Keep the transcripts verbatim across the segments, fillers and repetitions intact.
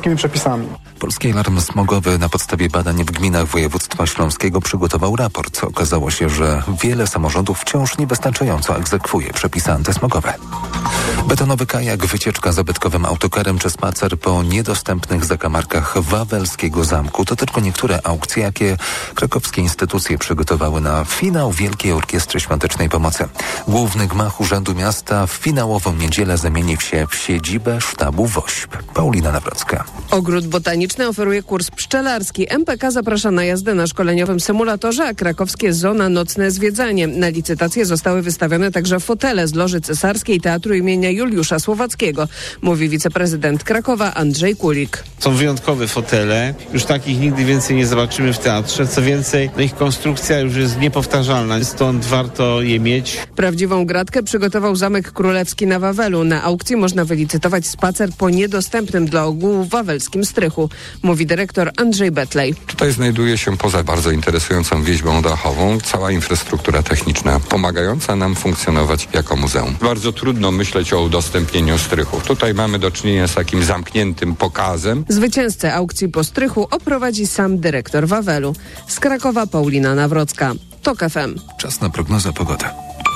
polskimi przepisami. Polski Alarm Smogowy na podstawie badań w gminach województwa śląskiego przygotował raport. Okazało się, że wiele samorządów wciąż niewystarczająco egzekwuje przepisy antysmogowe. Betonowy kajak, wycieczka zabytkowym autokarem czy spacer po niedostępnych zakamarkach Wawelskiego Zamku to tylko niektóre aukcje, jakie krakowskie instytucje przygotowały na finał Wielkiej Orkiestry Świątecznej Pomocy. Główny gmach Urzędu Miasta w finałową niedzielę zamieni się w siedzibę sztabu WOŚP. Paulina Nawrocka. Ogród Botaniczny oferuje kurs pszczelarski. M P K zaprasza na jazdę na szkoleniowym symulatorze, a krakowskie zoo na nocne zwiedzanie. Na licytację zostały wystawione także fotele z Loży Cesarskiej Teatru imienia Juliusza Słowackiego, mówi wiceprezydent Krakowa Andrzej Kulik. Są wyjątkowe fotele, już takich nigdy więcej nie zobaczymy w teatrze. Co więcej, no ich konstrukcja już jest niepowtarzalna, stąd warto je mieć. Prawdziwą gratkę przygotował Zamek Królewski na Wawelu. Na aukcji można wylicytować spacer po niedostępnym dla ogółu wawelskim strychu, mówi dyrektor Andrzej Betlej. Tutaj znajduje się poza bardzo interesującą wieźbą dachową cała infrastruktura techniczna pomagająca nam funkcjonować jako muzeum. Bardzo trudno myśleć o udostępnieniu strychów. Tutaj mamy do czynienia z takim zamkniętym pokazem. Zwycięzcę aukcji po strychu oprowadzi sam dyrektor Wawelu. Z Krakowa Paulina Nawrocka. TOK F M. Czas na prognozę pogody.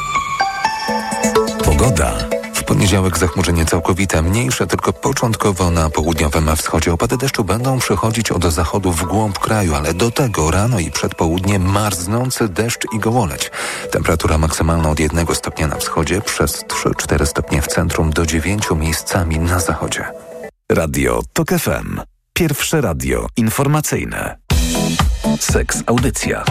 Pogoda. W poniedziałek zachmurzenie całkowite, mniejsze tylko początkowo na południowym wschodzie. Opady deszczu będą przychodzić od zachodu w głąb kraju, ale do tego rano i przed południem marznący deszcz i gołoleć. Temperatura maksymalna od jednego stopnia na wschodzie, przez trzy cztery stopnie w centrum, do dziewięciu miejscami na zachodzie. Radio TOK F M. Pierwsze radio informacyjne. Seks Audycja.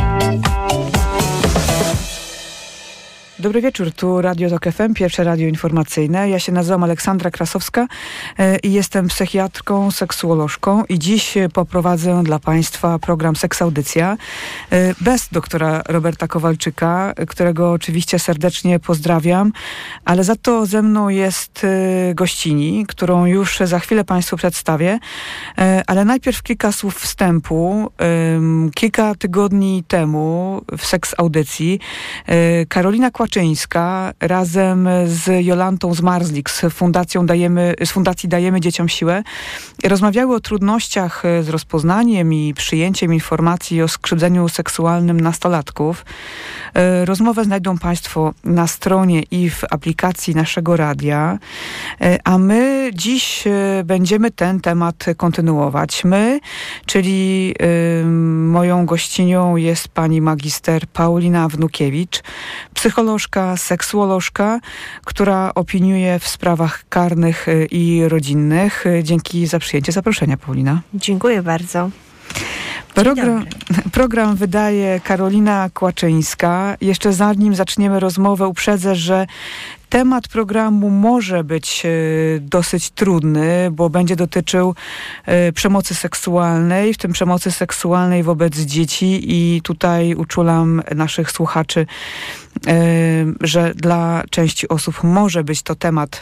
Dobry wieczór, tu Radio TOK F M, pierwsze radio informacyjne. Ja się nazywam Aleksandra Krasowska e, i jestem psychiatrką, seksuolożką i dziś poprowadzę dla Państwa program Seks Audycja e, bez doktora Roberta Kowalczyka, którego oczywiście serdecznie pozdrawiam, ale za to ze mną jest e, gościni, którą już za chwilę Państwu przedstawię, e, ale najpierw kilka słów wstępu. E, kilka tygodni temu w Seks Audycji e, Karolina Kłaczyńska razem z Jolantą Zmarzlik z, Fundacją Dajemy, z Fundacji Dajemy Dzieciom Siłę rozmawiały o trudnościach z rozpoznaniem i przyjęciem informacji o skrzywdzeniu seksualnym nastolatków. Rozmowę znajdą Państwo na stronie i w aplikacji naszego radia, a my dziś będziemy ten temat kontynuować. My, czyli y, moją gościnią jest pani magister Paulina Wnukiewicz, psycholożka, seksuolożka, która opiniuje w sprawach karnych i rodzinnych. Dzięki za przyjęcie zaproszenia, Paulina. Dziękuję bardzo. Program, program wydaje Karolina Kłaczyńska. Jeszcze zanim zaczniemy rozmowę, uprzedzę, że temat programu może być y, dosyć trudny, bo będzie dotyczył y, przemocy seksualnej, w tym przemocy seksualnej wobec dzieci i tutaj uczulam naszych słuchaczy, y, że dla części osób może być to temat,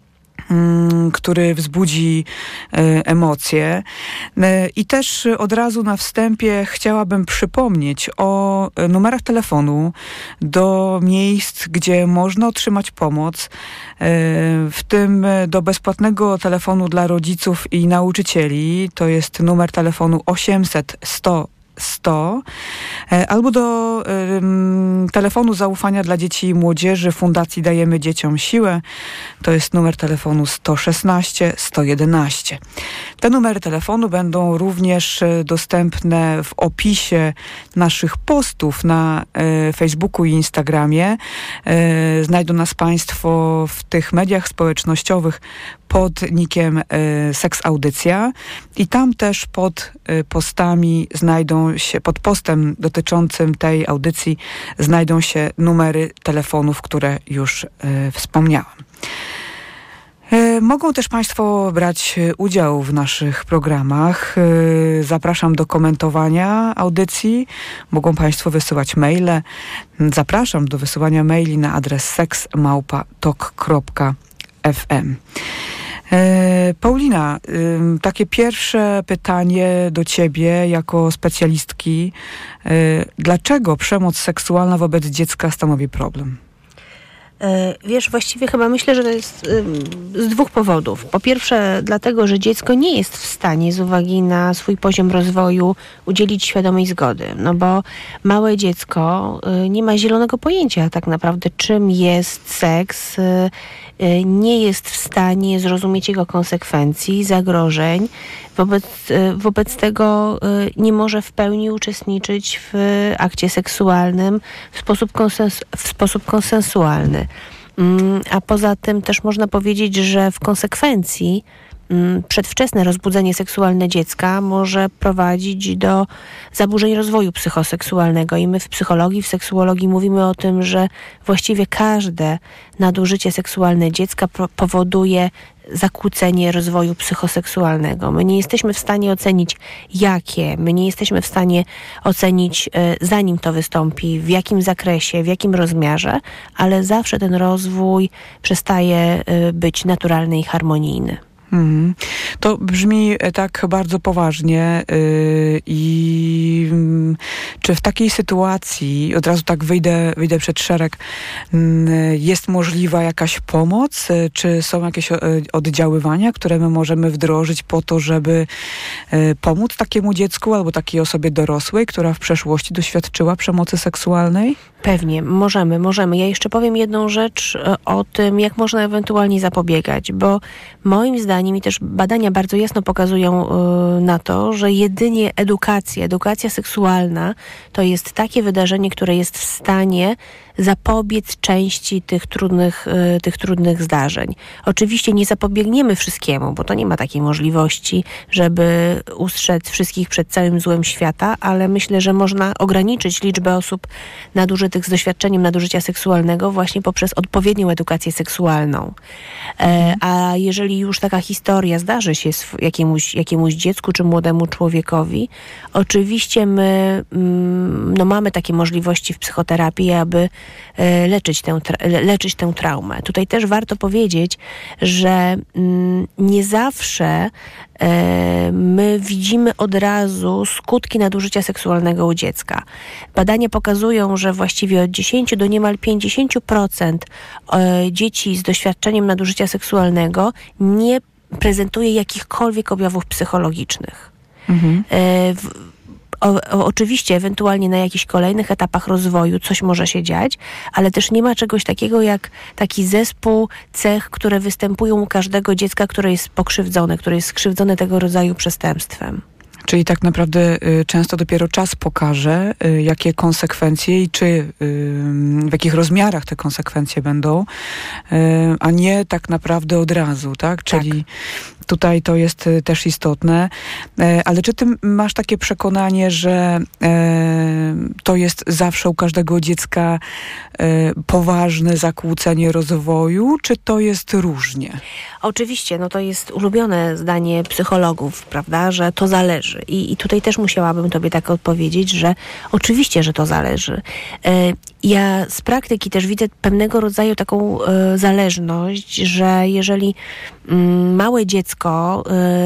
który wzbudzi e, emocje. E, I też od razu na wstępie chciałabym przypomnieć o numerach telefonu do miejsc, gdzie można otrzymać pomoc, e, w tym do bezpłatnego telefonu dla rodziców i nauczycieli. To jest numer telefonu osiemset sto sto, albo do y, telefonu zaufania dla dzieci i młodzieży Fundacji Dajemy Dzieciom Siłę. To jest numer telefonu sto szesnaście sto jedenaście. Te numery telefonu będą również dostępne w opisie naszych postów na y, Facebooku i Instagramie. Y, znajdą nas Państwo w tych mediach społecznościowych pod nickiem y, Seks Audycja i tam też pod y, postami znajdą się, pod postem dotyczącym tej audycji znajdą się numery telefonów, które już y, wspomniałam. Y, mogą też Państwo brać udział w naszych programach. Y, zapraszam do komentowania audycji. Mogą Państwo wysyłać maile. Zapraszam do wysyłania maili na adres seks małpa tok kropka f m. Paulina, takie pierwsze pytanie do Ciebie jako specjalistki. Dlaczego przemoc seksualna wobec dziecka stanowi problem? Wiesz, właściwie chyba myślę, że to jest z dwóch powodów. Po pierwsze, dlatego, że dziecko nie jest w stanie z uwagi na swój poziom rozwoju udzielić świadomej zgody. No bo małe dziecko nie ma zielonego pojęcia tak naprawdę, czym jest seks, nie jest w stanie zrozumieć jego konsekwencji, zagrożeń. Wobec, wobec tego nie może w pełni uczestniczyć w akcie seksualnym w sposób, konsens- w sposób konsensualny. A poza tym też można powiedzieć, że w konsekwencji przedwczesne rozbudzenie seksualne dziecka może prowadzić do zaburzeń rozwoju psychoseksualnego i my w psychologii, w seksuologii mówimy o tym, że właściwie każde nadużycie seksualne dziecka pro- powoduje zakłócenie rozwoju psychoseksualnego. My nie jesteśmy w stanie ocenić jakie, my nie jesteśmy w stanie ocenić zanim to wystąpi, w jakim zakresie, w jakim rozmiarze, ale zawsze ten rozwój przestaje być naturalny i harmonijny. Hmm. To brzmi tak bardzo poważnie yy, i yy, czy w takiej sytuacji, od razu tak wyjdę, wyjdę przed szereg, yy, jest możliwa jakaś pomoc? Yy, czy są jakieś yy, oddziaływania, które my możemy wdrożyć po to, żeby yy, pomóc takiemu dziecku albo takiej osobie dorosłej, która w przeszłości doświadczyła przemocy seksualnej? Pewnie, możemy, możemy. Ja jeszcze powiem jedną rzecz o tym, jak można ewentualnie zapobiegać, bo moim zdaniem i też badania bardzo jasno pokazują y, na to, że jedynie edukacja, edukacja seksualna to jest takie wydarzenie, które jest w stanie zapobiec części tych trudnych, y, tych trudnych zdarzeń. Oczywiście nie zapobiegniemy wszystkiemu, bo to nie ma takiej możliwości, żeby ustrzec wszystkich przed całym złem świata, ale myślę, że można ograniczyć liczbę osób nadużytych z doświadczeniem nadużycia seksualnego właśnie poprzez odpowiednią edukację seksualną. E, a jeżeli już taka historia zdarzy się jakiemuś, jakiemuś dziecku czy młodemu człowiekowi, oczywiście my mm, no mamy takie możliwości w psychoterapii, aby e, leczyć, tę, tra- leczyć tę traumę. Tutaj też warto powiedzieć, że mm, nie zawsze e, my widzimy od razu skutki nadużycia seksualnego u dziecka. Badania pokazują, że właściwie od dziesięć do niemal pięćdziesiąt procent e, dzieci z doświadczeniem nadużycia seksualnego nie prezentuje jakichkolwiek objawów psychologicznych. Mhm. E, w, O, o, oczywiście ewentualnie na jakichś kolejnych etapach rozwoju coś może się dziać, ale też nie ma czegoś takiego jak taki zespół cech, które występują u każdego dziecka, które jest pokrzywdzone, które jest skrzywdzone tego rodzaju przestępstwem. Czyli tak naprawdę y, często dopiero czas pokaże, y, jakie konsekwencje i czy y, w jakich rozmiarach te konsekwencje będą, y, a nie tak naprawdę od razu, tak? Czyli tak. Tutaj to jest y, też istotne. Y, ale czy ty masz takie przekonanie, że y, to jest zawsze u każdego dziecka y, poważne zakłócenie rozwoju, czy to jest różnie? Oczywiście, no to jest ulubione zdanie psychologów, prawda, że to zależy. I, i tutaj też musiałabym tobie tak odpowiedzieć, że oczywiście, że to zależy. Ja z praktyki też widzę pewnego rodzaju taką y, zależność, że jeżeli y, małe dziecko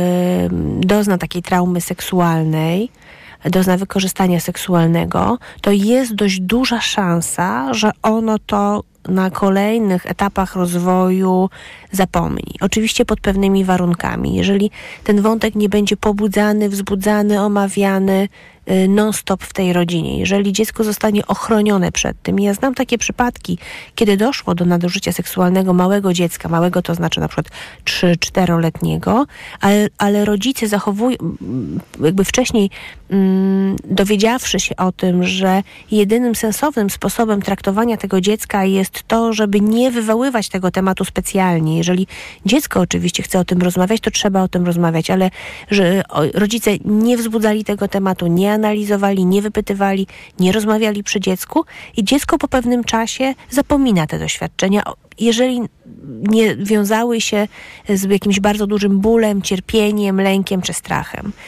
y, dozna takiej traumy seksualnej, dozna wykorzystania seksualnego, to jest dość duża szansa, że ono to na kolejnych etapach rozwoju zapomni. Oczywiście pod pewnymi warunkami. Jeżeli ten wątek nie będzie pobudzany, wzbudzany, omawiany non-stop w tej rodzinie. Jeżeli dziecko zostanie ochronione przed tym. Ja znam takie przypadki, kiedy doszło do nadużycia seksualnego małego dziecka, małego to znaczy na przykład trzy-czteroletniego, ale, ale rodzice zachowują, jakby wcześniej mm, dowiedziawszy się o tym, że jedynym sensownym sposobem traktowania tego dziecka jest to, żeby nie wywoływać tego tematu specjalnie. Jeżeli dziecko oczywiście chce o tym rozmawiać, to trzeba o tym rozmawiać, ale że rodzice nie wzbudzali tego tematu, nie analizowali, nie wypytywali, nie rozmawiali przy dziecku i dziecko po pewnym czasie zapomina te doświadczenia, jeżeli nie wiązały się z jakimś bardzo dużym bólem, cierpieniem, lękiem czy strachem.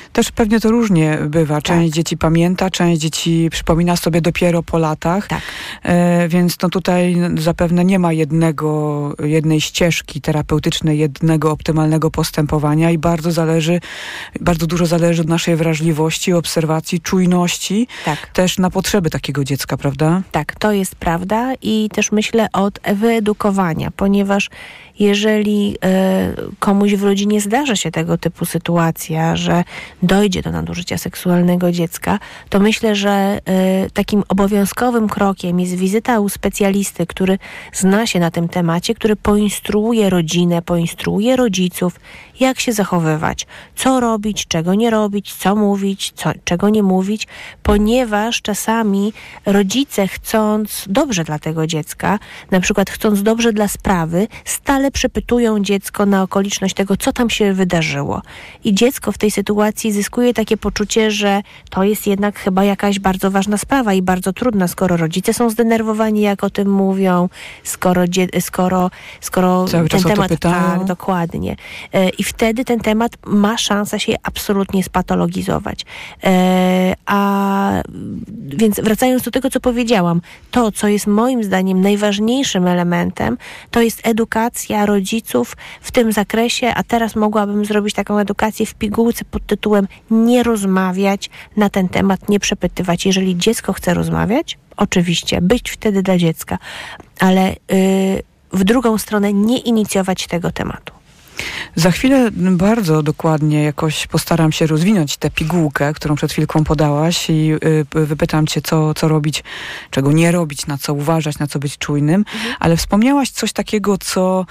Też pewnie to różnie bywa. Część Tak. dzieci pamięta, część dzieci przypomina sobie dopiero po latach. Tak. E, więc no tutaj zapewne nie ma jednego, jednej ścieżki terapeutycznej, jednego optymalnego postępowania i bardzo zależy, bardzo dużo zależy od naszej wrażliwości, obserwacji, czujności, Tak. też na potrzeby takiego dziecka, prawda? Tak, to jest prawda i też myślę od wyedukowania, ponieważ jeżeli e, komuś w rodzinie zdarzy się tego typu sytuacja, że dojdzie do nadużycia seksualnego dziecka, to myślę, że e, takim obowiązkowym krokiem jest wizyta u specjalisty, który zna się na tym temacie, który poinstruuje rodzinę, poinstruuje rodziców, jak się zachowywać, co robić, czego nie robić, co mówić, co, czego nie mówić, ponieważ czasami rodzice, chcąc dobrze dla tego dziecka, na przykład chcąc dobrze dla sprawy, stale przepytują dziecko na okoliczność tego, co tam się wydarzyło. I dziecko w tej sytuacji zyskuje takie poczucie, że to jest jednak chyba jakaś bardzo ważna sprawa i bardzo trudna, skoro rodzice są zdenerwowani, jak o tym mówią, skoro, dzie- skoro, skoro Cały czas ten o to temat... pytają. Tak, dokładnie. E, I wtedy ten temat ma szansę się absolutnie spatologizować. E, a więc wracając do tego, co powiedziałam, to, co jest moim zdaniem najważniejszym elementem, to jest edukacja rodziców w tym zakresie, a teraz mogłabym zrobić taką edukację w pigułce pod tytułem nie rozmawiać na ten temat, nie przepytywać. Jeżeli dziecko chce rozmawiać, oczywiście, być wtedy dla dziecka, ale yy, w drugą stronę nie inicjować tego tematu. Za chwilę bardzo dokładnie jakoś postaram się rozwinąć tę pigułkę, którą przed chwilką podałaś i y, wypytam cię, co, co robić, czego nie robić, na co uważać, na co być czujnym. Mhm. Ale wspomniałaś coś takiego, co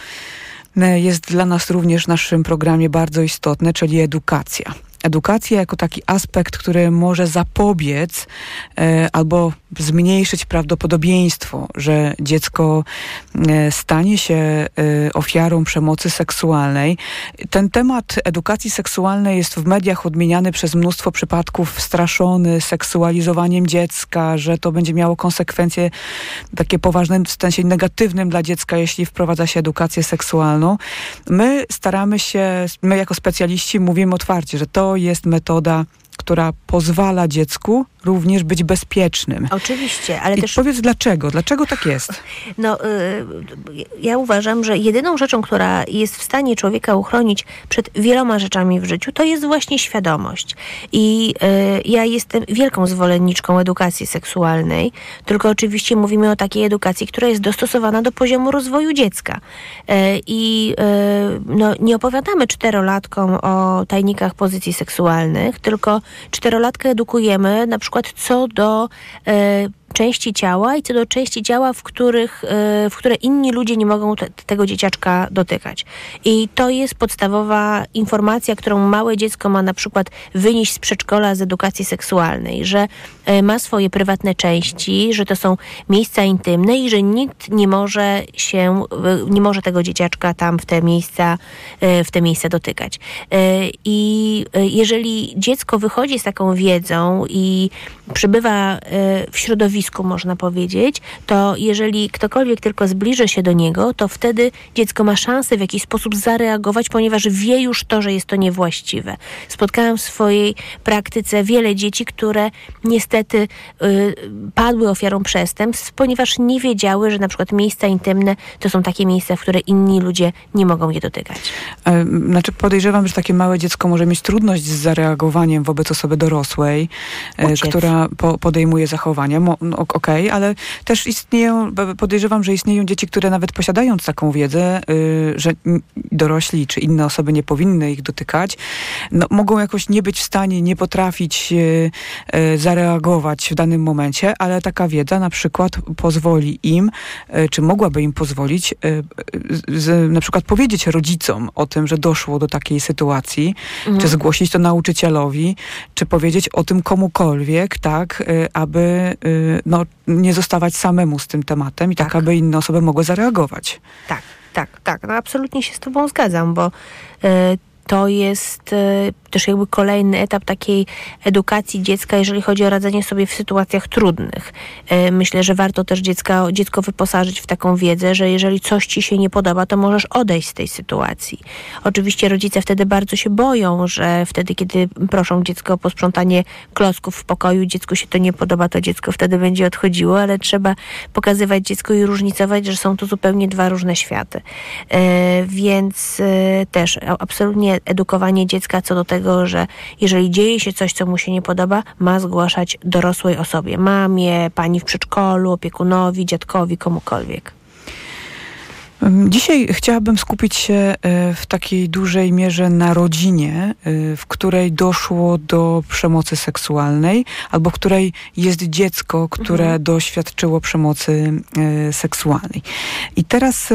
jest dla nas również w naszym programie bardzo istotne, czyli edukacja. Edukacja jako taki aspekt, który może zapobiec e, albo zmniejszyć prawdopodobieństwo, że dziecko e, stanie się e, ofiarą przemocy seksualnej. Ten temat edukacji seksualnej jest w mediach odmieniany przez mnóstwo przypadków, straszony seksualizowaniem dziecka, że to będzie miało konsekwencje takie poważne w sensie negatywnym dla dziecka, jeśli wprowadza się edukację seksualną. My staramy się, my jako specjaliści mówimy otwarcie, że to jest metoda, która pozwala dziecku również być bezpiecznym. Oczywiście, ale I też... powiedz dlaczego? Dlaczego tak jest? No, y, ja uważam, że jedyną rzeczą, która jest w stanie człowieka uchronić przed wieloma rzeczami w życiu, to jest właśnie świadomość. I y, ja jestem wielką zwolenniczką edukacji seksualnej, tylko oczywiście mówimy o takiej edukacji, która jest dostosowana do poziomu rozwoju dziecka. Y, I y, no, nie opowiadamy czterolatkom o tajnikach pozycji seksualnych, tylko czterolatkę edukujemy na przykład co do e, części ciała i co do części ciała, w, których, w które inni ludzie nie mogą te, tego dzieciaczka dotykać. I to jest podstawowa informacja, którą małe dziecko ma na przykład wynieść z przedszkola z edukacji seksualnej, że ma swoje prywatne części, że to są miejsca intymne i że nikt nie może się, nie może tego dzieciaczka tam w te miejsca, w te miejsca dotykać. I jeżeli dziecko wychodzi z taką wiedzą i przebywa w środowisku, można powiedzieć, to jeżeli ktokolwiek tylko zbliży się do niego, to wtedy dziecko ma szansę w jakiś sposób zareagować, ponieważ wie już to, że jest to niewłaściwe. Spotkałam w swojej praktyce wiele dzieci, które niestety y, padły ofiarą przestępstw, ponieważ nie wiedziały, że na przykład miejsca intymne to są takie miejsca, w które inni ludzie nie mogą je dotykać. E, znaczy podejrzewam, że takie małe dziecko może mieć trudność z zareagowaniem wobec osoby dorosłej, e, która po, podejmuje zachowania. Mo, no, Okej, okay, ale też istnieją, podejrzewam, że istnieją dzieci, które nawet posiadając taką wiedzę, y, że dorośli czy inne osoby nie powinny ich dotykać, no, mogą jakoś nie być w stanie, nie potrafić y, y, zareagować w danym momencie, ale taka wiedza na przykład pozwoli im, y, czy mogłaby im pozwolić y, y, z, na przykład powiedzieć rodzicom o tym, że doszło do takiej sytuacji, mhm. czy zgłosić to nauczycielowi, czy powiedzieć o tym komukolwiek, tak, y, aby y, no, nie zostawać samemu z tym tematem i tak, tak aby inne osoby mogły zareagować. Tak, tak, tak. No absolutnie się z tobą zgadzam, bo y, to jest też jakby kolejny etap takiej edukacji dziecka, jeżeli chodzi o radzenie sobie w sytuacjach trudnych. Myślę, że warto też dziecka, dziecko wyposażyć w taką wiedzę, że jeżeli coś ci się nie podoba, to możesz odejść z tej sytuacji. Oczywiście rodzice wtedy bardzo się boją, że wtedy, kiedy proszą dziecko o posprzątanie klocków w pokoju, dziecku się to nie podoba, to dziecko wtedy będzie odchodziło, ale trzeba pokazywać dziecku i różnicować, że są to zupełnie dwa różne światy. Więc też absolutnie edukowanie dziecka co do tego, że jeżeli dzieje się coś, co mu się nie podoba, ma zgłaszać dorosłej osobie. Mamie, pani w przedszkolu, opiekunowi, dziadkowi, komukolwiek. Dzisiaj chciałabym skupić się w takiej dużej mierze na rodzinie, w której doszło do przemocy seksualnej, albo w której jest dziecko, które mhm. doświadczyło przemocy seksualnej. I teraz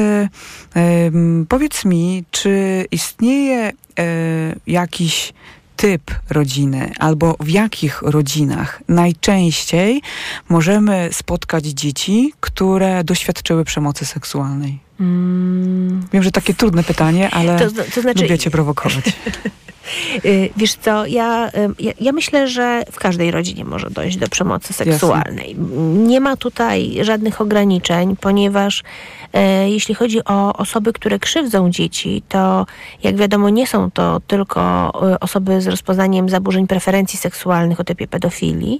powiedz mi, czy istnieje jakiś typ rodziny, albo w jakich rodzinach najczęściej możemy spotkać dzieci, które doświadczyły przemocy seksualnej? Mm. Wiem, że takie trudne pytanie, ale to, to znaczy... lubię cię prowokować. Wiesz co, ja, ja, ja myślę, że w każdej rodzinie może dojść do przemocy seksualnej. Jasne. Nie ma tutaj żadnych ograniczeń, ponieważ e, jeśli chodzi o osoby, które krzywdzą dzieci, to jak wiadomo nie są to tylko osoby z rozpoznaniem zaburzeń preferencji seksualnych o typie pedofilii,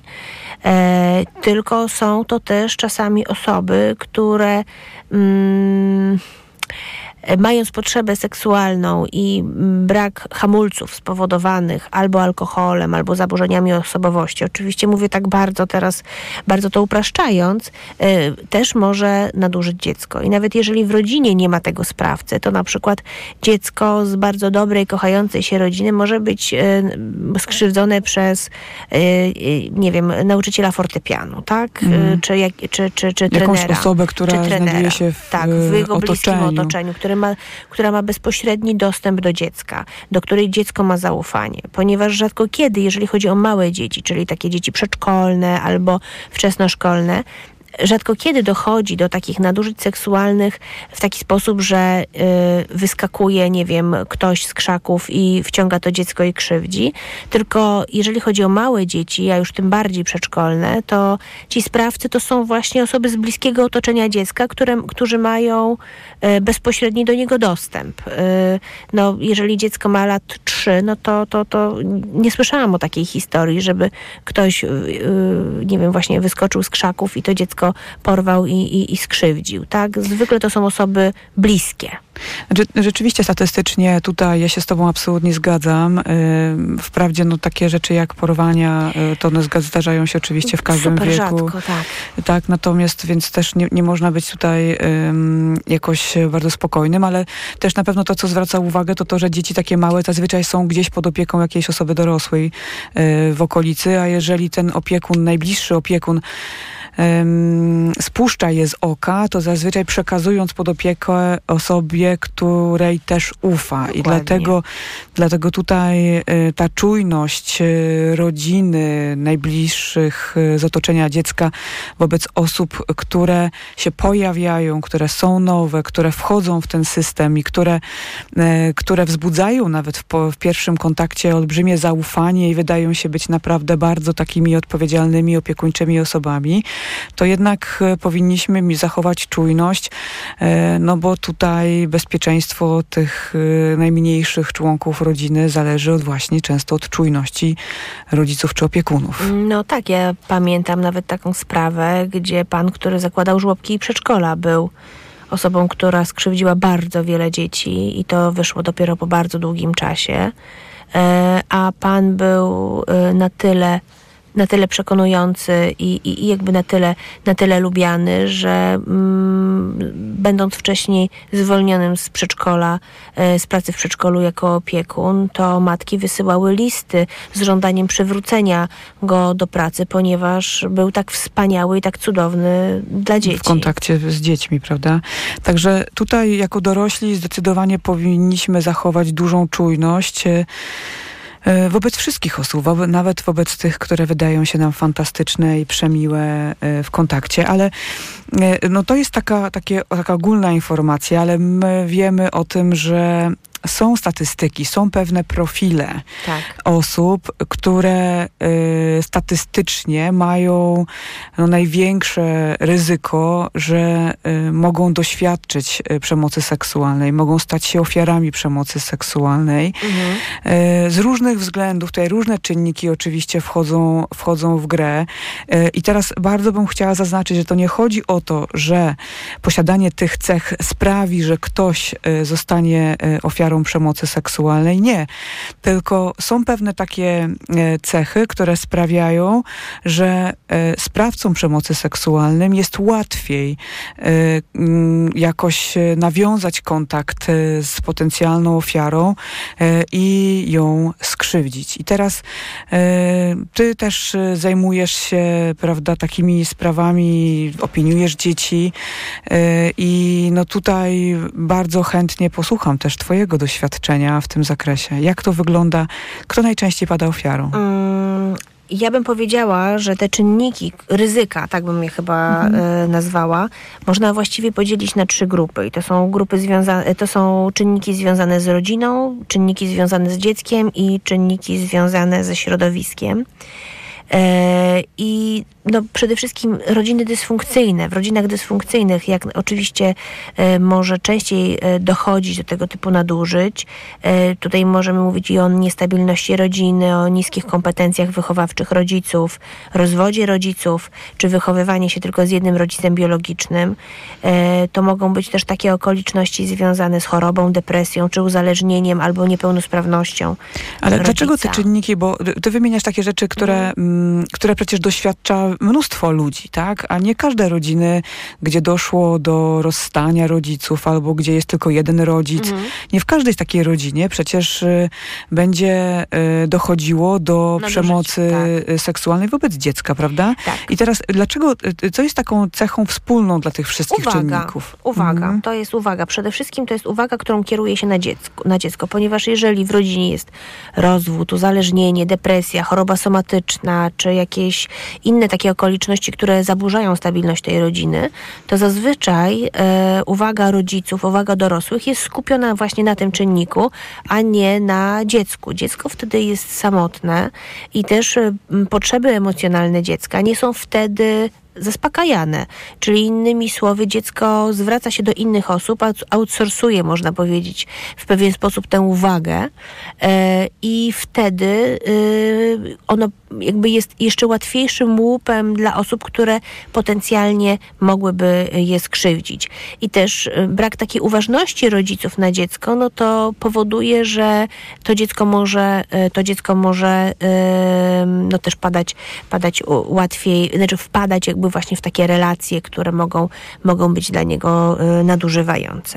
e, tylko są to też czasami osoby, które mm, mając potrzebę seksualną i brak hamulców spowodowanych albo alkoholem, albo zaburzeniami osobowości, oczywiście mówię tak bardzo teraz, bardzo to upraszczając, y, też może nadużyć dziecko. I nawet jeżeli w rodzinie nie ma tego sprawcy, to na przykład dziecko z bardzo dobrej, kochającej się rodziny może być y, skrzywdzone przez, y, y, nie wiem, nauczyciela fortepianu, tak? Mm. Y, czy, jak, czy, czy, czy Jakąś trenera. osobę, która czy trenera. znajduje się w, tak, w jego otoczeniu. bliskim otoczeniu, który Ma, która ma bezpośredni dostęp do dziecka, do której dziecko ma zaufanie. Ponieważ rzadko kiedy, jeżeli chodzi o małe dzieci, czyli takie dzieci przedszkolne albo wczesnoszkolne, rzadko kiedy dochodzi do takich nadużyć seksualnych w taki sposób, że y, wyskakuje, nie wiem, ktoś z krzaków i wciąga to dziecko i krzywdzi. Tylko jeżeli chodzi o małe dzieci, a już tym bardziej przedszkolne, to ci sprawcy to są właśnie osoby z bliskiego otoczenia dziecka, które, którzy mają y, bezpośredni do niego dostęp. Y, no, jeżeli dziecko ma lat trzy, no to, to, to nie słyszałam o takiej historii, żeby ktoś, y, y, nie wiem, właśnie wyskoczył z krzaków i to dziecko porwał i, i, i skrzywdził, tak? Zwykle to są osoby bliskie. Rzeczywiście statystycznie tutaj ja się z tobą absolutnie zgadzam. Wprawdzie no, takie rzeczy jak porwania to one zdarzają się oczywiście w każdym Super wieku. Rzadko, tak. Tak, natomiast więc też nie, nie można być tutaj um, jakoś bardzo spokojnym, ale też na pewno to, co zwraca uwagę, to to, że dzieci takie małe zazwyczaj są gdzieś pod opieką jakiejś osoby dorosłej y, w okolicy, a jeżeli ten opiekun, najbliższy opiekun Um, spuszcza je z oka, to zazwyczaj przekazując pod opiekę osobie, której też ufa. Dokładnie. I dlatego, dlatego tutaj y, ta czujność y, rodziny, najbliższych y, z otoczenia dziecka wobec osób, które się pojawiają, które są nowe, które wchodzą w ten system i które, y, które wzbudzają nawet w, po, w pierwszym kontakcie olbrzymie zaufanie i wydają się być naprawdę bardzo takimi odpowiedzialnymi, opiekuńczymi osobami, to jednak powinniśmy zachować czujność, no bo tutaj bezpieczeństwo tych najmniejszych członków rodziny zależy od właśnie często od czujności rodziców czy opiekunów. No tak, ja pamiętam nawet taką sprawę, gdzie pan, który zakładał żłobki i przedszkola, był osobą, która skrzywdziła bardzo wiele dzieci i to wyszło dopiero po bardzo długim czasie, a pan był na tyle na tyle przekonujący i, i, i jakby na tyle, na tyle lubiany, że mm, będąc wcześniej zwolnionym z przedszkola, e, z pracy w przedszkolu jako opiekun, to matki wysyłały listy z żądaniem przywrócenia go do pracy, ponieważ był tak wspaniały i tak cudowny dla dzieci. W kontakcie z dziećmi, prawda? Także tutaj jako dorośli zdecydowanie powinniśmy zachować dużą czujność wobec wszystkich osób, wobec, nawet wobec tych, które wydają się nam fantastyczne i przemiłe w kontakcie, ale no to jest taka, takie, taka ogólna informacja, ale my wiemy o tym, że są statystyki, są pewne profile Tak. osób, które y, statystycznie mają no, największe ryzyko, że y, mogą doświadczyć y, przemocy seksualnej, mogą stać się ofiarami przemocy seksualnej. Mhm. Y, z różnych względów, tutaj różne czynniki oczywiście wchodzą, wchodzą w grę. Y, I teraz bardzo bym chciała zaznaczyć, że to nie chodzi o to, że posiadanie tych cech sprawi, że ktoś y, zostanie y, ofiarą przemocy seksualnej. Nie. Tylko są pewne takie y, cechy, które sprawiają, że y, sprawcom przemocy seksualnej jest łatwiej y, y, jakoś y, nawiązać kontakt y, z potencjalną ofiarą y, i ją skrzywdzić. I teraz y, ty też y, zajmujesz się, prawda, takimi sprawami, opiniujesz dzieci y, i no tutaj bardzo chętnie posłucham też twojego doświadczenia w tym zakresie. Jak to wygląda? Kto najczęściej pada ofiarą? Mm, ja bym powiedziała, że te czynniki ryzyka, tak bym je chyba Mhm. e, nazwała, można właściwie podzielić na trzy grupy. I to są grupy związane, to są czynniki związane z rodziną, czynniki związane z dzieckiem i czynniki związane ze środowiskiem. E, I no, przede wszystkim rodziny dysfunkcyjne. W rodzinach dysfunkcyjnych, jak oczywiście e, może częściej e, dochodzić do tego typu nadużyć. E, tutaj możemy mówić i o niestabilności rodziny, o niskich kompetencjach wychowawczych rodziców, rozwodzie rodziców, czy wychowywanie się tylko z jednym rodzicem biologicznym. E, to mogą być też takie okoliczności związane z chorobą, depresją, czy uzależnieniem, albo niepełnosprawnością Ale rodzica. dlaczego te czynniki, bo ty wymieniasz takie rzeczy, które, mm, które przecież doświadcza mnóstwo ludzi, tak? A nie każde rodziny, gdzie doszło do rozstania rodziców albo gdzie jest tylko jeden rodzic. Mhm. Nie w każdej takiej rodzinie przecież y, będzie y, dochodziło do Nadużyć, przemocy tak. seksualnej wobec dziecka, prawda? Tak. I teraz dlaczego, y, co jest taką cechą wspólną dla tych wszystkich Uwaga, czynników? uwaga, Mhm. to jest uwaga. Przede wszystkim to jest uwaga, którą kieruje się na dziecko, na dziecko, ponieważ jeżeli w rodzinie jest rozwód, uzależnienie, depresja, choroba somatyczna, czy jakieś inne takie okoliczności, które zaburzają stabilność tej rodziny, to zazwyczaj e, uwaga rodziców, uwaga dorosłych jest skupiona właśnie na tym czynniku, a nie na dziecku. Dziecko wtedy jest samotne i też e, potrzeby emocjonalne dziecka nie są wtedy zaspokajane. Czyli innymi słowy, dziecko zwraca się do innych osób, outsourcuje, można powiedzieć, w pewien sposób tę uwagę e, i wtedy e, ono jakby jest jeszcze łatwiejszym łupem dla osób, które potencjalnie mogłyby je skrzywdzić. I też e, brak takiej uważności rodziców na dziecko, no to powoduje, że to dziecko może, e, to dziecko może e, no też padać, padać łatwiej, znaczy wpadać jakby właśnie w takie relacje, które mogą, mogą być dla niego y, nadużywające.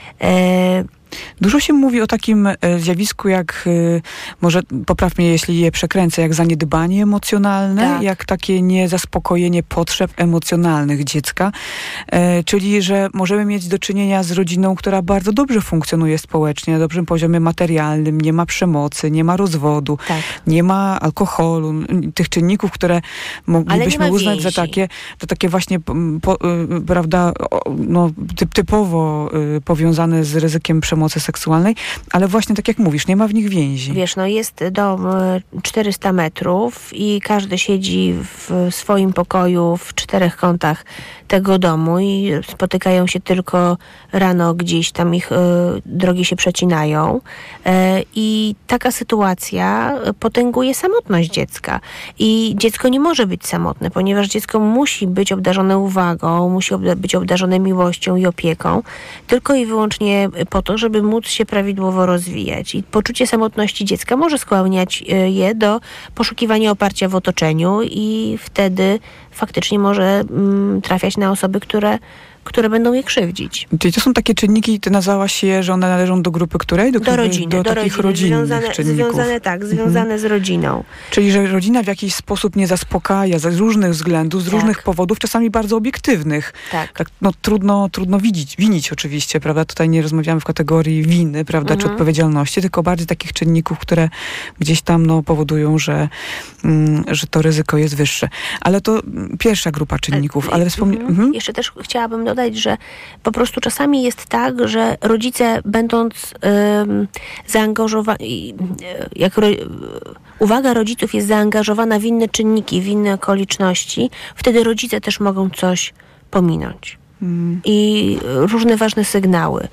E, Dużo się mówi o takim e, zjawisku jak, e, może popraw mnie, jeśli je przekręcę, jak zaniedbanie emocjonalne, Tak. jak takie niezaspokojenie potrzeb emocjonalnych dziecka, e, czyli że możemy mieć do czynienia z rodziną, która bardzo dobrze funkcjonuje społecznie, na dobrym poziomie materialnym, nie ma przemocy, nie ma rozwodu, tak. nie ma alkoholu, n- tych czynników, które moglibyśmy ma uznać za więzi. takie, to takie właśnie, m, po, y, prawda, o, no, typ, typowo y, powiązane z ryzykiem przemocy seksualnej, ale właśnie tak jak mówisz, nie ma w nich więzi. Wiesz, no jest dom y, czterysta metrów i każdy siedzi w swoim pokoju w czterech kątach tego domu i spotykają się tylko rano gdzieś, tam ich y, drogi się przecinają. Y, I taka sytuacja potęguje samotność dziecka. I dziecko nie może być samotne, ponieważ dziecko musi być obdarzone uwagą, musi obda- być obdarzone miłością i opieką, tylko i wyłącznie po to, żeby móc się prawidłowo rozwijać. I poczucie samotności dziecka może skłaniać y, je do poszukiwania oparcia w otoczeniu i wtedy faktycznie może mm, trafiać na osoby, które, które będą je krzywdzić. Czyli to są takie czynniki, ty nazwałaś je, że one należą do grupy której? Do, Do grupy- rodziny, do, do takich rodziny, rodzinnych związane, czynników. związane tak, związane z rodziną. Czyli, że rodzina w jakiś sposób nie zaspokaja z różnych względów, z Tak. różnych powodów, czasami bardzo obiektywnych. Tak. Tak, no trudno, trudno widzieć, winić oczywiście, prawda? Tutaj nie rozmawiamy w kategorii winy, prawda, czy Mhm. odpowiedzialności, tylko bardziej takich czynników, które gdzieś tam no, powodują, że, mm, że to ryzyko jest wyższe. Ale to mm, pierwsza grupa czynników, ale wspomnę... Mhm. Mhm. Jeszcze też chciałabym dodać, że po prostu czasami jest tak, że rodzice będąc ym, zaangażowani, jak ro, uwaga rodziców jest zaangażowana w inne czynniki, w inne okoliczności, wtedy rodzice też mogą coś pominąć. Hmm. I różne ważne sygnały.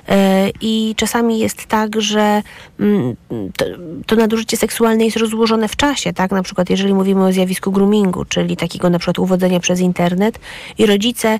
I czasami jest tak, że to, to nadużycie seksualne jest rozłożone w czasie, tak? Na przykład jeżeli mówimy o zjawisku groomingu, czyli takiego na przykład uwodzenia przez internet i rodzice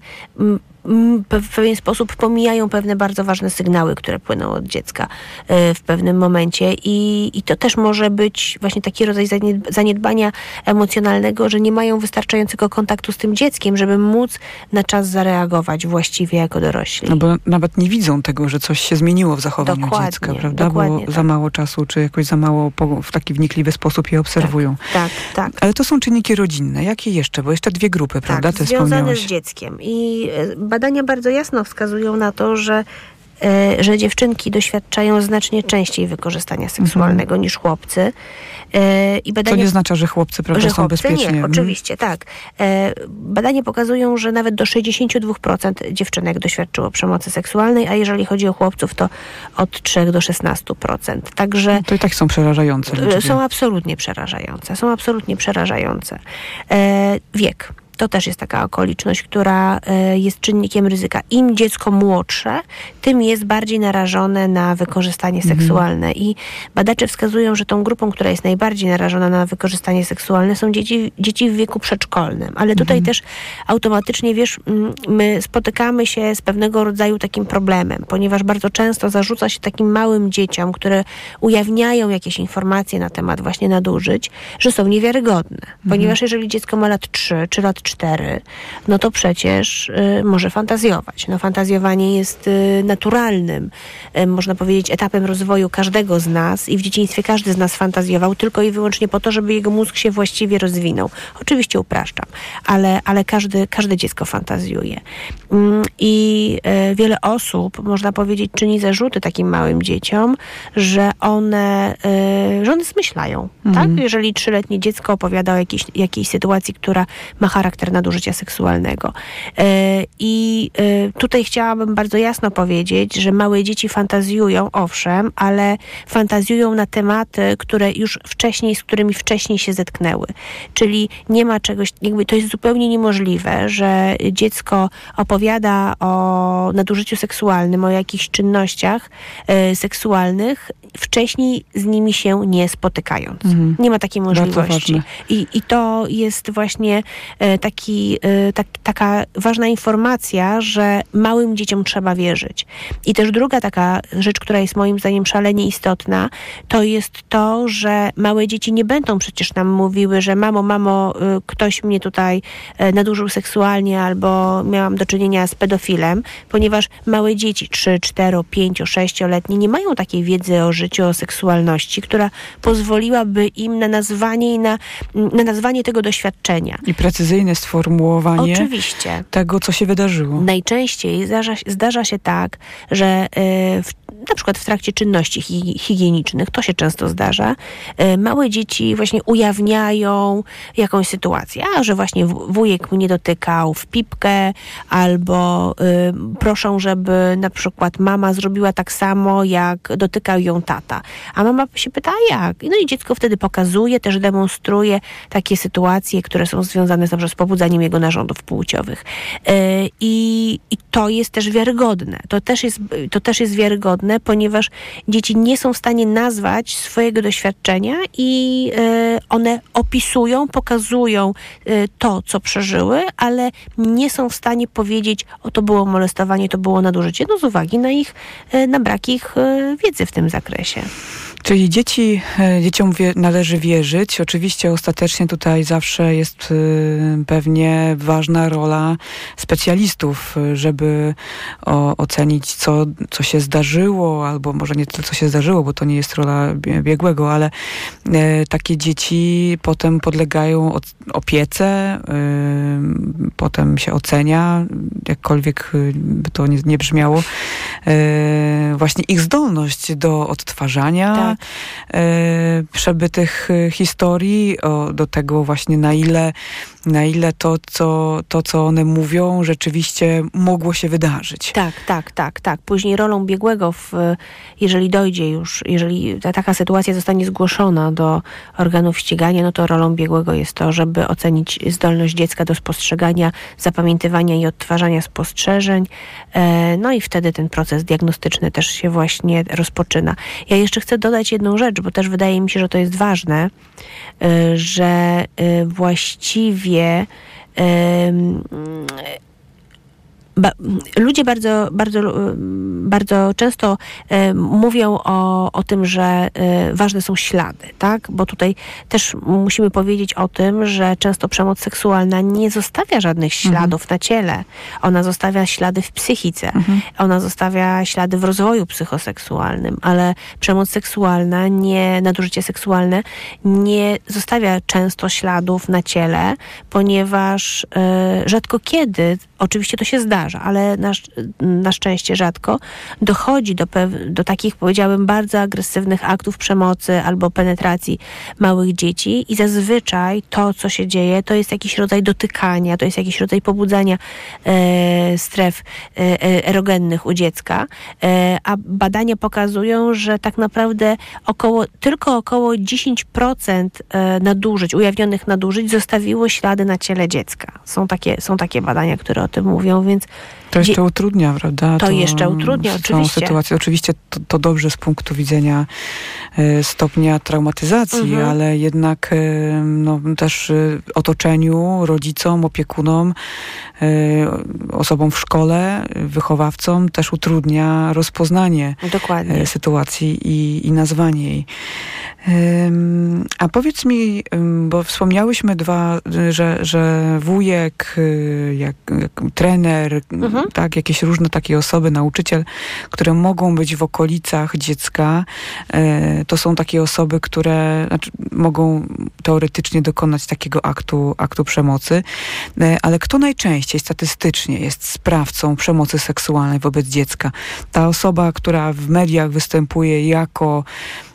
w pewien sposób pomijają pewne bardzo ważne sygnały, które płyną od dziecka w pewnym momencie i, i to też może być właśnie taki rodzaj zaniedbania emocjonalnego, że nie mają wystarczającego kontaktu z tym dzieckiem, żeby móc na czas zareagować właściwie jako dorośli. No bo nawet nie widzą tego, że coś się zmieniło w zachowaniu dokładnie, dziecka, prawda? Dokładnie, bo tak. za mało czasu, czy jakoś za mało w taki wnikliwy sposób je obserwują. Tak, tak, tak. Ale to są czynniki rodzinne. Jakie jeszcze? Bo jeszcze dwie grupy, prawda? Tak, Te związane wspomniałaś. z dzieckiem. I badania bardzo jasno wskazują na to, że, e, że dziewczynki doświadczają znacznie częściej wykorzystania seksualnego mm-hmm. niż chłopcy. E, i badania, Co nie oznacza, że chłopcy, prawda, że są chłopcy bezpiecznie. Nie, mm. oczywiście, tak. E, badania pokazują, że nawet do sześćdziesiąt dwa procent dziewczynek doświadczyło przemocy seksualnej, a jeżeli chodzi o chłopców, to od trzy do szesnastu procent. Także to i tak są przerażające liczby. Są absolutnie przerażające. Są absolutnie przerażające. E, wiek. To też jest taka okoliczność, która jest czynnikiem ryzyka. Im dziecko młodsze, tym jest bardziej narażone na wykorzystanie mhm. seksualne. I badacze wskazują, że tą grupą, która jest najbardziej narażona na wykorzystanie seksualne, są dzieci, dzieci w wieku przedszkolnym. Ale tutaj mhm. też automatycznie, wiesz, my spotykamy się z pewnego rodzaju takim problemem, ponieważ bardzo często zarzuca się takim małym dzieciom, które ujawniają jakieś informacje na temat właśnie nadużyć, że są niewiarygodne. Mhm. Ponieważ jeżeli dziecko ma lat trzy czy lat cztery, no to przecież y, może fantazjować. No fantazjowanie jest y, naturalnym, y, można powiedzieć, etapem rozwoju każdego z nas i w dzieciństwie każdy z nas fantazjował tylko i wyłącznie po to, żeby jego mózg się właściwie rozwinął. Oczywiście upraszczam, ale, ale każdy, każde dziecko fantazjuje. Y, I y, wiele osób, można powiedzieć, czyni zarzuty takim małym dzieciom, że one, y, że one zmyślają. Mhm. Tak? Jeżeli trzyletnie dziecko opowiada o jakiejś, jakiejś sytuacji, która ma charakter nadużycia seksualnego. I tutaj chciałabym bardzo jasno powiedzieć, że małe dzieci fantazjują, owszem, ale fantazjują na tematy, które już wcześniej, z którymi wcześniej się zetknęły. Czyli nie ma czegoś, jakby to jest zupełnie niemożliwe, że dziecko opowiada o nadużyciu seksualnym, o jakichś czynnościach seksualnych, wcześniej z nimi się nie spotykając. Mhm. Nie ma takiej możliwości. I, I to jest właśnie taki, tak, taka ważna informacja, że małym dzieciom trzeba wierzyć. I też druga taka rzecz, która jest moim zdaniem szalenie istotna, to jest to, że małe dzieci nie będą przecież nam mówiły, że mamo, mamo, ktoś mnie tutaj nadużył seksualnie albo miałam do czynienia z pedofilem, ponieważ małe dzieci trzy, cztery, pięć, sześcioletnie nie mają takiej wiedzy o życiu, o seksualności, która pozwoliłaby im na nazwanie i na, na nazwanie tego doświadczenia. I precyzyjne sformułowanie Oczywiście. tego, co się wydarzyło. Najczęściej zdarza, zdarza się tak, że yy, w, na przykład w trakcie czynności hi, higienicznych, to się często zdarza, yy, małe dzieci właśnie ujawniają jakąś sytuację, a że właśnie wujek mnie dotykał w pipkę, albo yy, proszą, żeby na przykład mama zrobiła tak samo, jak dotykał ją tata. A mama się pyta, a jak? No i dziecko wtedy pokazuje, też demonstruje takie sytuacje, które są związane z, na przykład, z pobudzaniem jego narządów płciowych. Yy, i, I to jest też wiarygodne. To też jest, to też jest wiarygodne, ponieważ dzieci nie są w stanie nazwać swojego doświadczenia i yy, one opisują, pokazują yy, to, co przeżyły, ale nie są w stanie powiedzieć, o to było molestowanie, to było nadużycie, no z uwagi na ich, yy, na brak ich yy, wiedzy w tym zakresie. Czyli dzieci, dzieciom wie, należy wierzyć. Oczywiście ostatecznie tutaj zawsze jest y, pewnie ważna rola specjalistów, żeby o, ocenić, co, co się zdarzyło, albo może nie tyle, co się zdarzyło, bo to nie jest rola biegłego, ale y, takie dzieci potem podlegają od, opiece, y, potem się ocenia, jakkolwiek by to nie, nie brzmiało, y, właśnie ich zdolność do odtwarzania, tak. tak. e, przebytych historii, o, do tego właśnie na ile, na ile to co, to, co one mówią, rzeczywiście mogło się wydarzyć. Tak, tak, tak, tak. Później rolą biegłego, w, jeżeli dojdzie już, jeżeli ta, taka sytuacja zostanie zgłoszona do organów ścigania, no to rolą biegłego jest to, żeby ocenić zdolność dziecka do spostrzegania, zapamiętywania i odtwarzania spostrzeżeń. E, no i wtedy ten proces diagnostyczny też się właśnie rozpoczyna. Ja jeszcze chcę dodać jedną rzecz, bo też wydaje mi się, że to jest ważne, y, że y, właściwie y, Ba, ludzie bardzo, bardzo, bardzo często e, mówią o, o tym, że e, ważne są ślady, tak? Bo tutaj też musimy powiedzieć o tym, że często przemoc seksualna nie zostawia żadnych śladów mhm. na ciele. Ona zostawia ślady w psychice. Mhm. Ona zostawia ślady w rozwoju psychoseksualnym, ale przemoc seksualna, nie, nadużycie seksualne nie zostawia często śladów na ciele, ponieważ e, rzadko kiedy, oczywiście to się zdarza, ale na, na szczęście rzadko dochodzi do, pew- do takich, powiedziałabym, bardzo agresywnych aktów przemocy albo penetracji małych dzieci i zazwyczaj to, co się dzieje, to jest jakiś rodzaj dotykania, to jest jakiś rodzaj pobudzania e, stref e, erogennych u dziecka, e, a badania pokazują, że tak naprawdę około, tylko około dziesięć procent nadużyć, ujawnionych nadużyć zostawiło ślady na ciele dziecka. Są takie, są takie badania, które o tym mówią, więc to jeszcze utrudnia, prawda? To, to jeszcze utrudnia, oczywiście. Sytuację. Oczywiście to, to dobrze z punktu widzenia y, stopnia traumatyzacji, mhm. ale jednak y, no, też y, otoczeniu, rodzicom, opiekunom, y, osobom w szkole, wychowawcom też utrudnia rozpoznanie y, sytuacji i, i nazwanie jej. Um, a powiedz mi, um, bo wspomniałyśmy dwa, że, że wujek, y, jak, jak trener, mhm. tak, jakieś różne takie osoby, nauczyciel, które mogą być w okolicach dziecka, y, to są takie osoby, które znaczy, mogą teoretycznie dokonać takiego aktu, aktu przemocy, y, ale kto najczęściej statystycznie jest sprawcą przemocy seksualnej wobec dziecka? Ta osoba, która w mediach występuje jako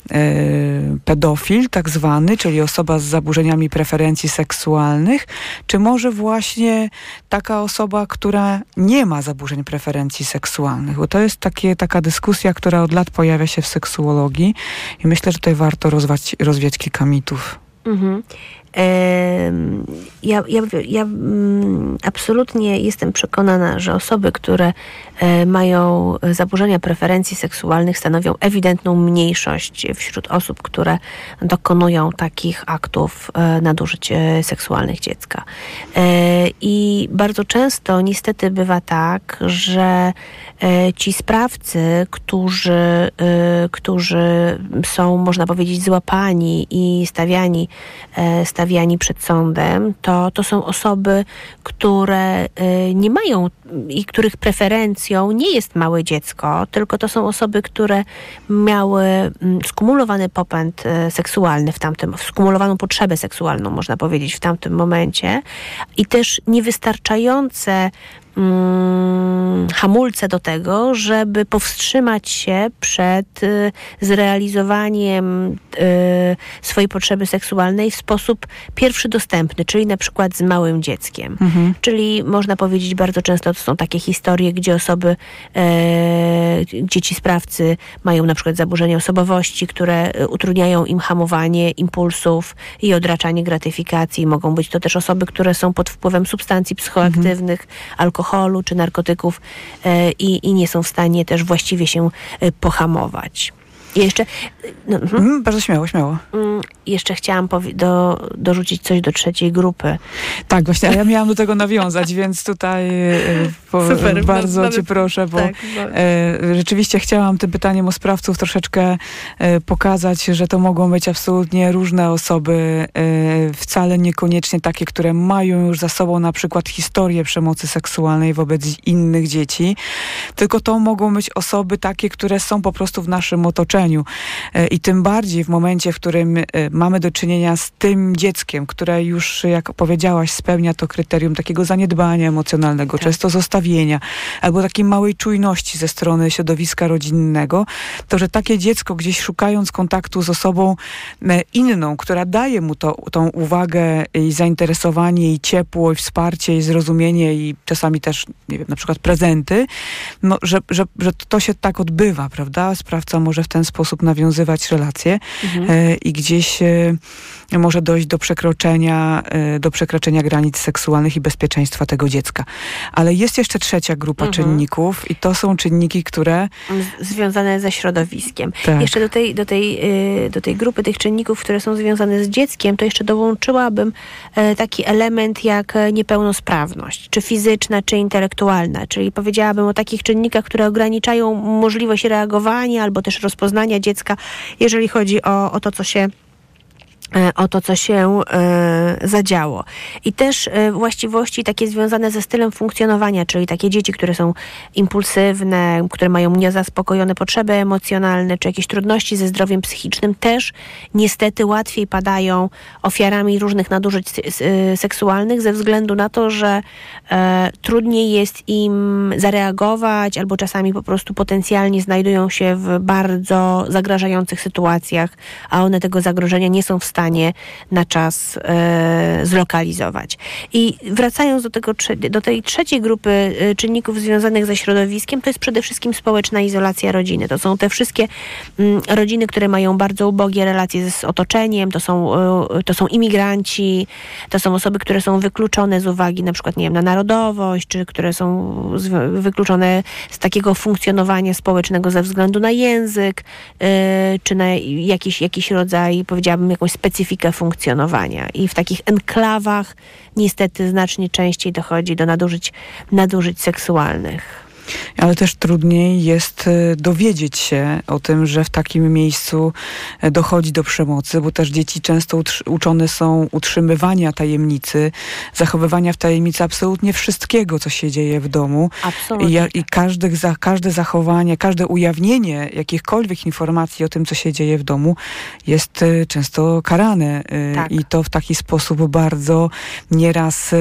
pedofil tak zwany, czyli osoba z zaburzeniami preferencji seksualnych, czy może właśnie taka osoba, która nie ma zaburzeń preferencji seksualnych? Bo to jest takie, taka dyskusja, która od lat pojawia się w seksuologii i myślę, że tutaj warto rozwać, rozwiać kilka mitów. Mhm. Ja, ja, ja absolutnie jestem przekonana, że osoby, które mają zaburzenia preferencji seksualnych, stanowią ewidentną mniejszość wśród osób, które dokonują takich aktów nadużyć seksualnych dziecka. I bardzo często niestety bywa tak, że ci sprawcy, którzy, którzy są, można powiedzieć, złapani i stawiani, stawiani przed sądem, to, to są osoby, które nie mają i których preferencją nie jest małe dziecko, tylko to są osoby, które miały skumulowany popęd seksualny w tamtym, skumulowaną potrzebę seksualną, można powiedzieć, w tamtym momencie i też niewystarczające hamulce do tego, żeby powstrzymać się przed y, zrealizowaniem y, swojej potrzeby seksualnej w sposób pierwszy dostępny, czyli na przykład z małym dzieckiem. Mhm. Czyli można powiedzieć, bardzo często to są takie historie, gdzie osoby, e, dzieci sprawcy mają na przykład zaburzenia osobowości, które utrudniają im hamowanie impulsów i odraczanie gratyfikacji. Mogą być to też osoby, które są pod wpływem substancji psychoaktywnych, mhm. alkoholu czy narkotyków e, i, i nie są w stanie też właściwie się e, pohamować. I jeszcze... No, mm, bardzo śmiało, śmiało. Mm, jeszcze chciałam powi- do, dorzucić coś do trzeciej grupy. Tak, właśnie, a ja miałam do tego nawiązać, więc tutaj e, po, Super, bardzo no, cię proszę, bo tak, e, rzeczywiście chciałam tym pytaniem o sprawców troszeczkę e, pokazać, że to mogą być absolutnie różne osoby, e, wcale niekoniecznie takie, które mają już za sobą na przykład historię przemocy seksualnej wobec innych dzieci, tylko to mogą być osoby takie, które są po prostu w naszym otoczeniu, przekroczeniu. I tym bardziej w momencie, w którym mamy do czynienia z tym dzieckiem, które już, jak powiedziałaś, spełnia to kryterium takiego zaniedbania emocjonalnego, tak. często zostawienia, albo takiej małej czujności ze strony środowiska rodzinnego, to że takie dziecko gdzieś szukając kontaktu z osobą inną, która daje mu to, tą uwagę i zainteresowanie i ciepło i wsparcie i zrozumienie i czasami też, nie wiem, na przykład prezenty, no, że, że, że to się tak odbywa, prawda? Sprawca może w ten sposób nawiązywać relacje mhm. e, i gdzieś e, może dojść do przekroczenia, e, do przekroczenia granic seksualnych i bezpieczeństwa tego dziecka. Ale jest jeszcze trzecia grupa mhm. czynników i to są czynniki, które... Związane ze środowiskiem. Tak. Jeszcze do tej, do, tej, y, do tej grupy tych czynników, które są związane z dzieckiem, to jeszcze dołączyłabym y, taki element jak niepełnosprawność, czy fizyczna, czy intelektualna. Czyli powiedziałabym o takich czynnikach, które ograniczają możliwość reagowania albo też rozpoznania dziecka, jeżeli chodzi o, o to, co się o to, co się e, zadziało. I też e, właściwości takie związane ze stylem funkcjonowania, czyli takie dzieci, które są impulsywne, które mają niezaspokojone potrzeby emocjonalne, czy jakieś trudności ze zdrowiem psychicznym, też niestety łatwiej padają ofiarami różnych nadużyć e, seksualnych ze względu na to, że e, trudniej jest im zareagować, albo czasami po prostu potencjalnie znajdują się w bardzo zagrażających sytuacjach, a one tego zagrożenia nie są w stanie stanie na czas e, zlokalizować. I wracając do, tego, do tej trzeciej grupy e, czynników związanych ze środowiskiem, to jest przede wszystkim społeczna izolacja rodziny. To są te wszystkie m, rodziny, które mają bardzo ubogie relacje z otoczeniem, to są, e, to są imigranci, to są osoby, które są wykluczone z uwagi na przykład, nie wiem, na narodowość, czy które są z, wykluczone z takiego funkcjonowania społecznego ze względu na język, e, czy na jakiś, jakiś rodzaj, powiedziałabym, jakąś specyfikę funkcjonowania. I w takich enklawach niestety znacznie częściej dochodzi do nadużyć, nadużyć seksualnych. Ale też trudniej jest dowiedzieć się o tym, że w takim miejscu dochodzi do przemocy, bo też dzieci często uczone są utrzymywania tajemnicy, zachowywania w tajemnicy absolutnie wszystkiego, co się dzieje w domu. Absolutnie. I, i każde, za, każde zachowanie, każde ujawnienie jakichkolwiek informacji o tym, co się dzieje w domu, jest często karane. Tak. I to w taki sposób bardzo nieraz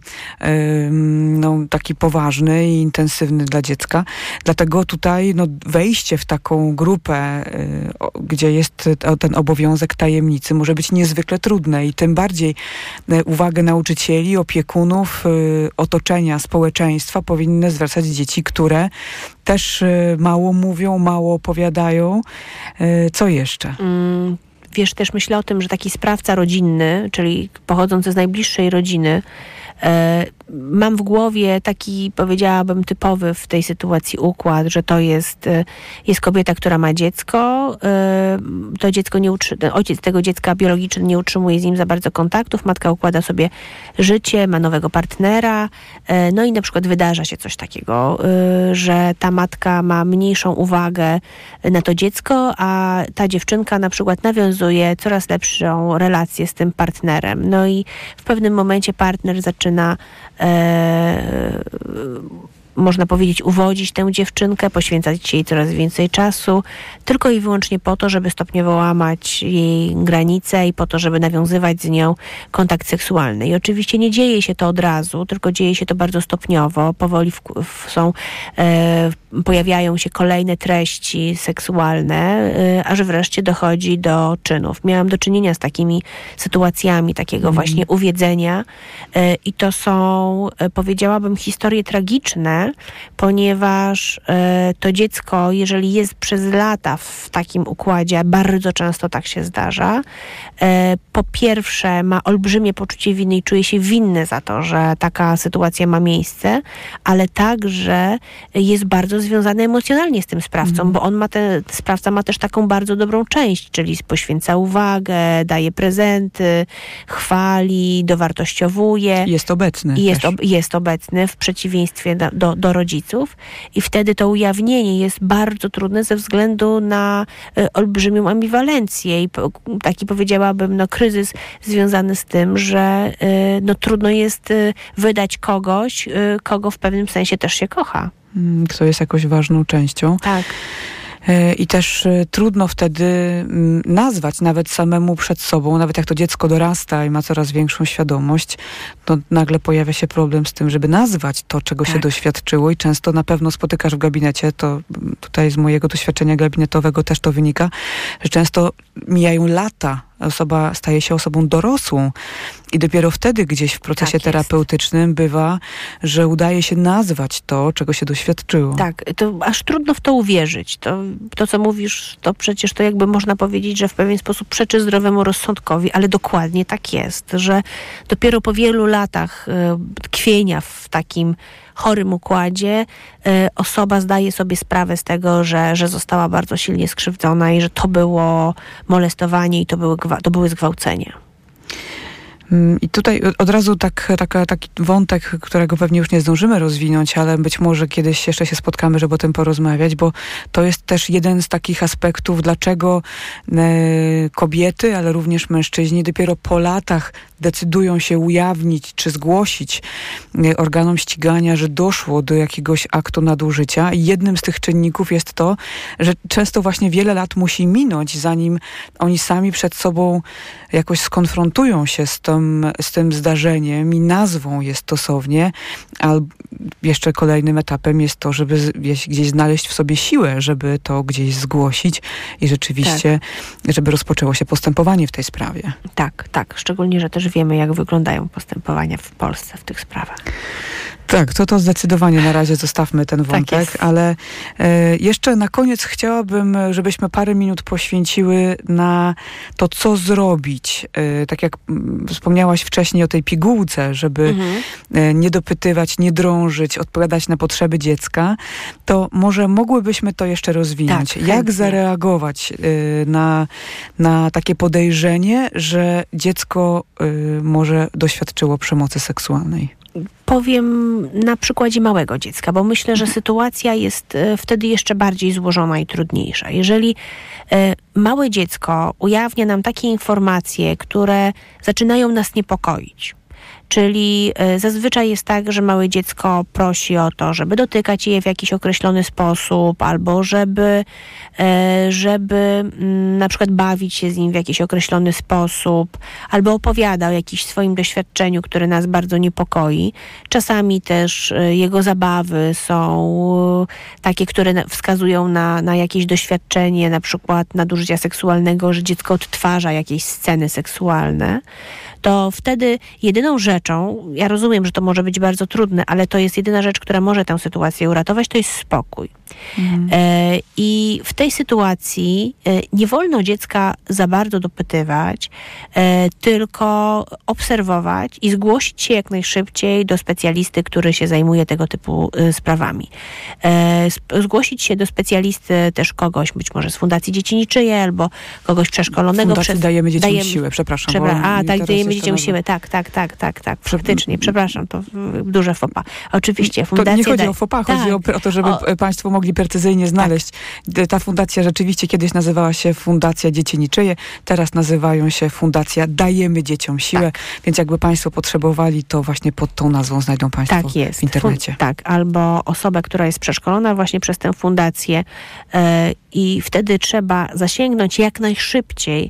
no, taki poważny i intensywny dla dziecka. Dlatego tutaj no, wejście w taką grupę, y, o, gdzie jest o, ten obowiązek tajemnicy, może być niezwykle trudne i tym bardziej y, uwagę nauczycieli, opiekunów, y, otoczenia, społeczeństwa powinny zwracać dzieci, które też y, mało mówią, mało opowiadają. Y, co jeszcze? Mm. Wiesz, też myślę o tym, że taki sprawca rodzinny, czyli pochodzący z najbliższej rodziny, e, mam w głowie taki, powiedziałabym, typowy w tej sytuacji układ, że to jest, jest kobieta, która ma dziecko, e, to dziecko nie utrzy- ojciec tego dziecka biologiczny nie utrzymuje z nim za bardzo kontaktów, matka układa sobie życie, ma nowego partnera, e, no i na przykład wydarza się coś takiego, e, że ta matka ma mniejszą uwagę na to dziecko, a ta dziewczynka na przykład nawiązuje coraz lepszą relację z tym partnerem. No i w pewnym momencie partner zaczyna e, można powiedzieć, uwodzić tę dziewczynkę, poświęcać jej coraz więcej czasu, tylko i wyłącznie po to, żeby stopniowo łamać jej granice i po to, żeby nawiązywać z nią kontakt seksualny. I oczywiście nie dzieje się to od razu, tylko dzieje się to bardzo stopniowo. Powoli w, w, są, e, pojawiają się kolejne treści seksualne, e, aż wreszcie dochodzi do czynów. Miałam do czynienia z takimi sytuacjami takiego mm. właśnie uwiedzenia e, i to są, e, powiedziałabym, historie tragiczne, ponieważ e, to dziecko, jeżeli jest przez lata w takim układzie, bardzo często tak się zdarza, e, po pierwsze ma olbrzymie poczucie winy i czuje się winny za to, że taka sytuacja ma miejsce, ale także jest bardzo związany emocjonalnie z tym sprawcą, mm. bo on ma te, sprawca ma też taką bardzo dobrą część, czyli poświęca uwagę, daje prezenty, chwali, dowartościowuje. Jest obecny. Jest, ob, jest obecny w przeciwieństwie do, do, do rodziców i wtedy to ujawnienie jest bardzo trudne ze względu na y, olbrzymią ambiwalencję i po, taki, powiedziałabym, no, kryzys związany z tym, że y, no, trudno jest y, wydać kogoś, y, kogo w pewnym sensie też się kocha. Kto jest jakoś ważną częścią. Tak. I też trudno wtedy nazwać nawet samemu przed sobą, nawet jak to dziecko dorasta i ma coraz większą świadomość, to nagle pojawia się problem z tym, żeby nazwać to, czego tak. się doświadczyło i często na pewno spotykasz w gabinecie, to tutaj z mojego doświadczenia gabinetowego też to wynika, że często mijają lata, osoba staje się osobą dorosłą i dopiero wtedy gdzieś w procesie tak terapeutycznym bywa, że udaje się nazwać to, czego się doświadczyło. Tak, to aż trudno w to uwierzyć. To, to co mówisz, to przecież to jakby można powiedzieć, że w pewien sposób przeczy zdrowemu rozsądkowi, ale dokładnie tak jest, że dopiero po wielu latach y, tkwienia w takim chorym układzie y, osoba zdaje sobie sprawę z tego, że, że została bardzo silnie skrzywdzona i że to było molestowanie i to były, to były zgwałcenia. I tutaj od razu tak, taka, taki wątek, którego pewnie już nie zdążymy rozwinąć, ale być może kiedyś jeszcze się spotkamy, żeby o tym porozmawiać, bo to jest też jeden z takich aspektów, dlaczego e, kobiety, ale również mężczyźni dopiero po latach decydują się ujawnić czy zgłosić e, organom ścigania, że doszło do jakiegoś aktu nadużycia. I jednym z tych czynników jest to, że często właśnie wiele lat musi minąć, zanim oni sami przed sobą jakoś skonfrontują się z tą z tym zdarzeniem i nazwą je stosownie, a jeszcze kolejnym etapem jest to, żeby gdzieś znaleźć w sobie siłę, żeby to gdzieś zgłosić i rzeczywiście, tak. żeby rozpoczęło się postępowanie w tej sprawie. Tak, tak. Szczególnie, że też wiemy, jak wyglądają postępowania w Polsce w tych sprawach. Tak, to to zdecydowanie na razie zostawmy ten wątek, tak ale e, jeszcze na koniec chciałabym, żebyśmy parę minut poświęciły na to, co zrobić. E, tak jak m, wspomniałaś wcześniej o tej pigułce, żeby mhm. e, nie dopytywać, nie drążyć, odpowiadać na potrzeby dziecka, to może mogłybyśmy to jeszcze rozwinąć. Tak, jak zareagować e, na, na takie podejrzenie, że dziecko e, może doświadczyło przemocy seksualnej? Powiem na przykładzie małego dziecka, bo myślę, że sytuacja jest wtedy jeszcze bardziej złożona i trudniejsza. Jeżeli małe dziecko ujawnia nam takie informacje, które zaczynają nas niepokoić, czyli zazwyczaj jest tak, że małe dziecko prosi o to, żeby dotykać je w jakiś określony sposób, albo żeby, żeby na przykład bawić się z nim w jakiś określony sposób, albo opowiada o jakimś swoim doświadczeniu, które nas bardzo niepokoi. Czasami też jego zabawy są takie, które wskazują na, na jakieś doświadczenie, na przykład nadużycia seksualnego, że dziecko odtwarza jakieś sceny seksualne. To wtedy jedyną rzeczą, ja rozumiem, że to może być bardzo trudne, ale to jest jedyna rzecz, która może tę sytuację uratować, to jest spokój. Mhm. E, I w tej sytuacji e, nie wolno dziecka za bardzo dopytywać, e, tylko obserwować i zgłosić się jak najszybciej do specjalisty, który się zajmuje tego typu e, sprawami. E, sp- zgłosić się do specjalisty też kogoś, być może z Fundacji Dzieci Niczyje, albo kogoś przeszkolonego. Fundacji przez, Dajemy Dzieciom dajemy, Siłę, przepraszam. Przepra- a, tak, Dajemy Dzieciom Siłę, tak, tak, tak, tak, tak, faktycznie, przepraszam, to duże fopa. Oczywiście, Fundacja... To nie chodzi da- o fopa, tak. chodzi o, o to, żeby o... Państwo mogli precyzyjnie znaleźć. Tak. Ta fundacja rzeczywiście kiedyś nazywała się Fundacja Dzieci Niczyje, teraz nazywają się Fundacja Dajemy Dzieciom Siłę, tak. Więc jakby Państwo potrzebowali, to właśnie pod tą nazwą znajdą Państwo tak jest. w internecie. Fun- tak, albo osobę, która jest przeszkolona właśnie przez tę fundację yy, i wtedy trzeba zasięgnąć jak najszybciej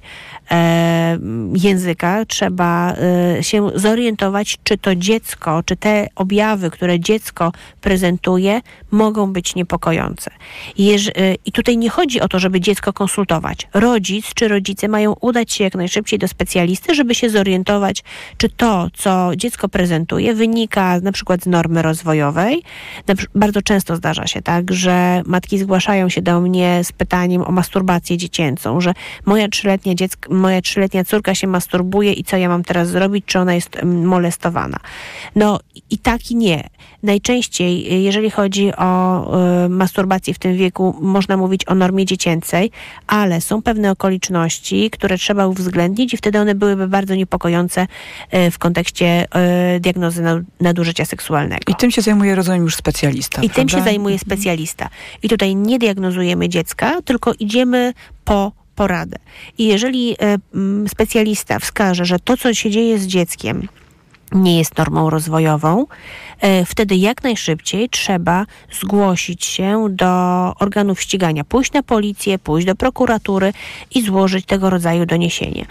e, języka, trzeba e, się zorientować, czy to dziecko, czy te objawy, które dziecko prezentuje, mogą być niepokojące. Jeż, e, I tutaj nie chodzi o to, żeby dziecko konsultować. Rodzic czy rodzice mają udać się jak najszybciej do specjalisty, żeby się zorientować, czy to, co dziecko prezentuje, wynika na przykład z normy rozwojowej. Bardzo często zdarza się tak, że matki zgłaszają się do mnie z pytaniem o masturbację dziecięcą, że moja trzyletnia, dziecko, moja trzyletnia córka się masturbuje i co ja mam teraz zrobić, czy ona jest molestowana. No i tak i nie. Najczęściej, jeżeli chodzi o y, masturbację w tym wieku, można mówić o normie dziecięcej, ale są pewne okoliczności, które trzeba uwzględnić i wtedy one byłyby bardzo niepokojące y, w kontekście y, diagnozy nadużycia seksualnego. I tym się zajmuje, rozumiem, już specjalista, I prawda? tym się zajmuje specjalista. I tutaj nie diagnozujemy dziecka, tylko idziemy po poradę. I jeżeli y, specjalista wskaże, że to, co się dzieje z dzieckiem, nie jest normą rozwojową, wtedy jak najszybciej trzeba zgłosić się do organów ścigania, pójść na policję, pójść do prokuratury i złożyć tego rodzaju doniesienie.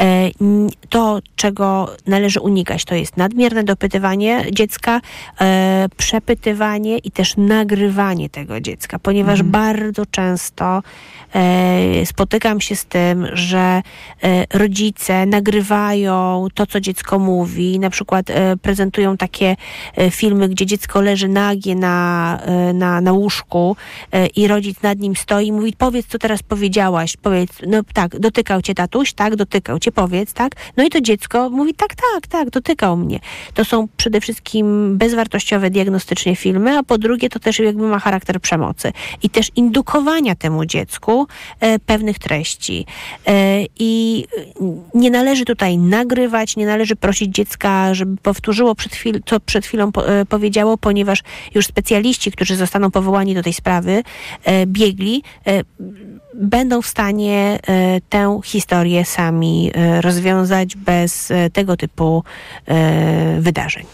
To, czego należy unikać, to jest nadmierne dopytywanie dziecka, przepytywanie i też nagrywanie tego dziecka, ponieważ mhm. bardzo często spotykam się z tym, że rodzice nagrywają to, co dziecko mówi, na przykład prezentują takie filmy, gdzie dziecko leży nagie na, na, na łóżku i rodzic nad nim stoi i mówi, powiedz, co teraz powiedziałaś, powiedz, no tak, dotykał cię tatuś, tak, dotykał cię, powiedz, tak, no i to dziecko mówi, tak, tak, tak, dotykał mnie. To są przede wszystkim bezwartościowe diagnostycznie filmy, a po drugie to też jakby ma charakter przemocy i też indukowania temu dziecku e, pewnych treści. E, I nie należy tutaj nagrywać, nie należy prosić dziecka, żeby powtórzyło przed chwil, co przed chwilą po, e, powiedziało, ponieważ już specjaliści, którzy zostaną powołani do tej sprawy, e, biegli, e, będą w stanie e, tę historię sami e, rozwiązać bez e, tego typu e, wydarzeń.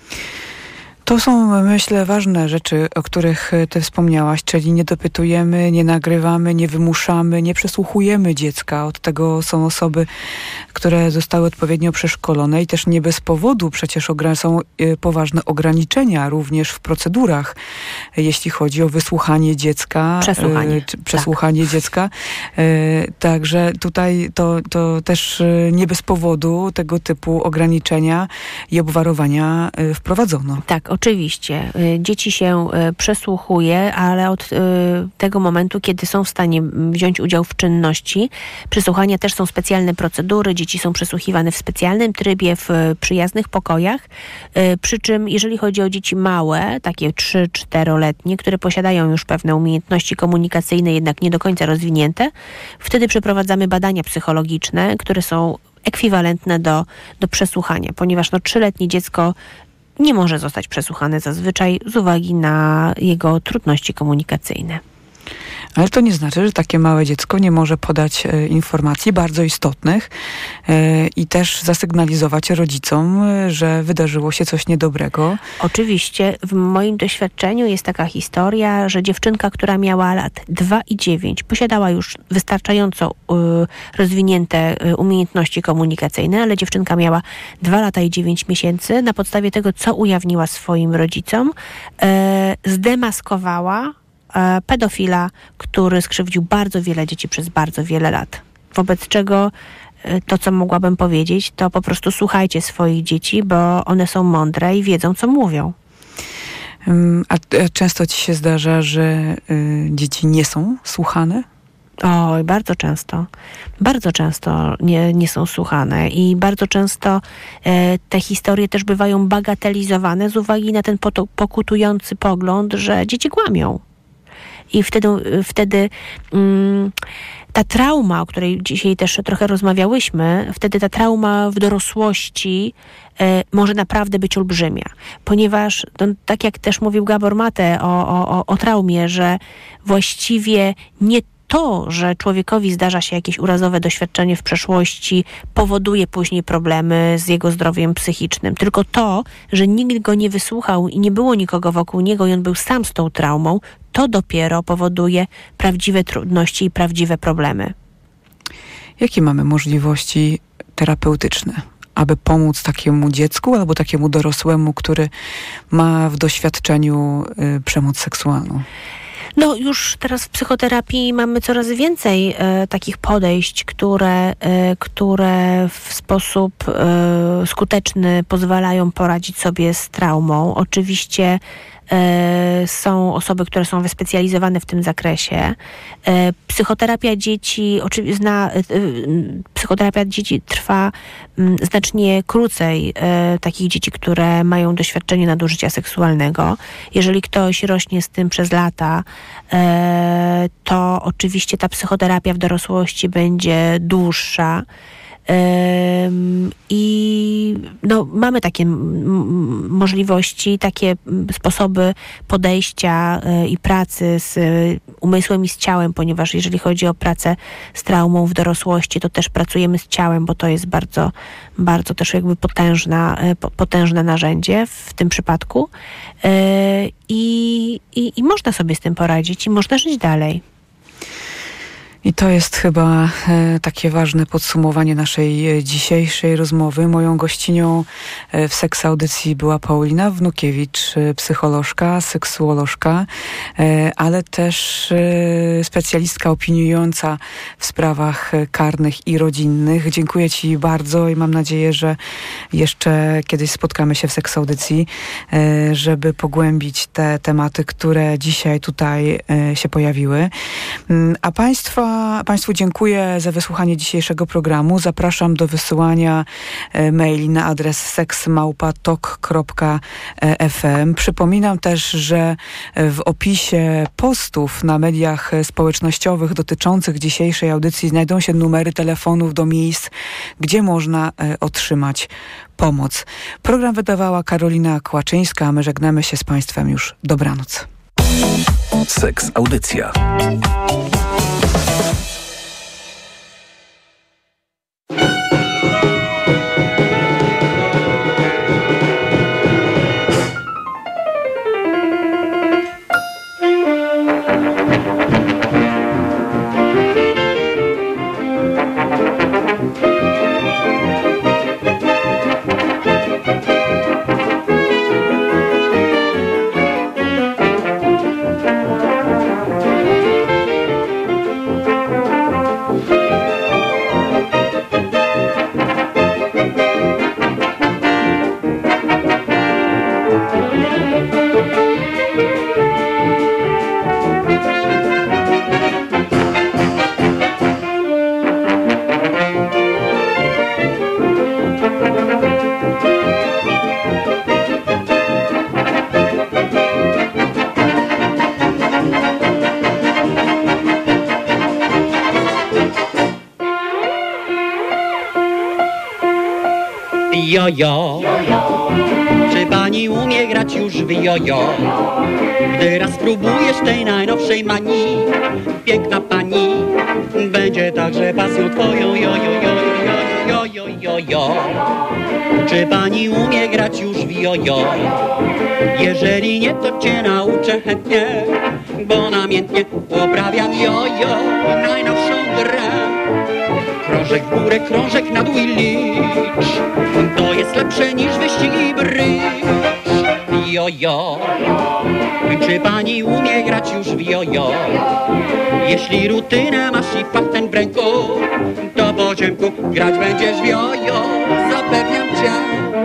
To są, myślę, ważne rzeczy, o których ty wspomniałaś, czyli nie dopytujemy, nie nagrywamy, nie wymuszamy, nie przesłuchujemy dziecka. Od tego są osoby, które zostały odpowiednio przeszkolone i też nie bez powodu przecież są poważne ograniczenia również w procedurach, jeśli chodzi o wysłuchanie dziecka. Przesłuchanie. Czy, przesłuchanie tak. dziecka. Także tutaj to, to też nie bez powodu tego typu ograniczenia i obwarowania wprowadzono. Tak, oczywiście. Dzieci się przesłuchuje, ale od tego momentu, kiedy są w stanie wziąć udział w czynności, przesłuchania też są specjalne procedury. Dzieci są przesłuchiwane w specjalnym trybie, w przyjaznych pokojach. Przy czym, jeżeli chodzi o dzieci małe, takie trzy-czteroletnie, które posiadają już pewne umiejętności komunikacyjne, jednak nie do końca rozwinięte, wtedy przeprowadzamy badania psychologiczne, które są ekwiwalentne do, do przesłuchania, ponieważ no, trzyletnie dziecko nie może zostać przesłuchane zazwyczaj z uwagi na jego trudności komunikacyjne. Ale to nie znaczy, że takie małe dziecko nie może podać e, informacji bardzo istotnych e, i też zasygnalizować rodzicom, e, że wydarzyło się coś niedobrego. Oczywiście w moim doświadczeniu jest taka historia, że dziewczynka, która miała lat dwa i dziewięć, posiadała już wystarczająco y, rozwinięte y, umiejętności komunikacyjne, ale dziewczynka miała dwa lata i dziewięć miesięcy. Na podstawie tego, co ujawniła swoim rodzicom, y, zdemaskowała pedofila, który skrzywdził bardzo wiele dzieci przez bardzo wiele lat. Wobec czego to, co mogłabym powiedzieć, to po prostu słuchajcie swoich dzieci, bo one są mądre i wiedzą, co mówią. A często ci się zdarza, że y, dzieci nie są słuchane? Oj, bardzo często. Bardzo często nie, nie są słuchane i bardzo często e, te historie też bywają bagatelizowane z uwagi na ten poto- pokutujący pogląd, że dzieci kłamią. I wtedy, wtedy mm, ta trauma, o której dzisiaj też trochę rozmawiałyśmy, wtedy ta trauma w dorosłości e, może naprawdę być olbrzymia. Ponieważ, no, tak jak też mówił Gabor Mate o, o, o traumie, że właściwie nie to, że człowiekowi zdarza się jakieś urazowe doświadczenie w przeszłości, powoduje później problemy z jego zdrowiem psychicznym. Tylko to, że nikt go nie wysłuchał i nie było nikogo wokół niego i on był sam z tą traumą, to dopiero powoduje prawdziwe trudności i prawdziwe problemy. Jakie mamy możliwości terapeutyczne, aby pomóc takiemu dziecku albo takiemu dorosłemu, który ma w doświadczeniu y, przemoc seksualną? No już teraz w psychoterapii mamy coraz więcej e, takich podejść, które, e, które w sposób e, skuteczny pozwalają poradzić sobie z traumą. Oczywiście e, są osoby, które są wyspecjalizowane w tym zakresie. E, psychoterapia dzieci, oczywiście zna, e, psychoterapia dzieci trwa m, znacznie krócej e, takich dzieci, które mają doświadczenie nadużycia seksualnego. Jeżeli ktoś rośnie z tym przez lata, e, to oczywiście ta psychoterapia w dorosłości będzie dłuższa. I i no, mamy takie m- możliwości, takie sposoby podejścia y, i pracy z y, umysłem i z ciałem, ponieważ jeżeli chodzi o pracę z traumą w dorosłości, to też pracujemy z ciałem, bo to jest bardzo, bardzo też jakby potężna, y, po, potężne narzędzie w tym przypadku. Y, i, i, I można sobie z tym poradzić i można żyć dalej. I to jest chyba e, takie ważne podsumowanie naszej e, dzisiejszej rozmowy. Moją gościnią e, w Seks Audycji była Paulina Wnukiewicz, e, psycholożka, seksuolożka, e, ale też e, specjalistka opiniująca w sprawach karnych i rodzinnych. Dziękuję Ci bardzo i mam nadzieję, że jeszcze kiedyś spotkamy się w Seks Audycji, e, żeby pogłębić te tematy, które dzisiaj tutaj e, się pojawiły. A Państwa Państwu dziękuję za wysłuchanie dzisiejszego programu. Zapraszam do wysyłania e, maili na adres seks małpa tok kropka f m. Przypominam też, że w opisie postów na mediach społecznościowych dotyczących dzisiejszej audycji znajdą się numery telefonów do miejsc, gdzie można e, otrzymać pomoc. Program wydawała Karolina Kłaczyńska, a my żegnamy się z Państwem już. Dobranoc. Seks Audycja. Jojo, czy pani umie grać już w jojo? Gdy raz spróbujesz tej najnowszej manii, piękna pani będzie także pasją twoją. Jojo, jojo, jojo, jojo. Czy pani umie grać już w jojo? Jeżeli nie, to cię nauczę chętnie, bo namiętnie uprawiam jojo, najnowszą grę. Krążek w górę, krążek na dół i licz, to jest lepsze niż wyścig i brycz. Jojo, czy pani umie grać już w jojo? Jeśli rutynę masz i patent w ręku, to po ciemku grać będziesz w jojo, zapewniam cię.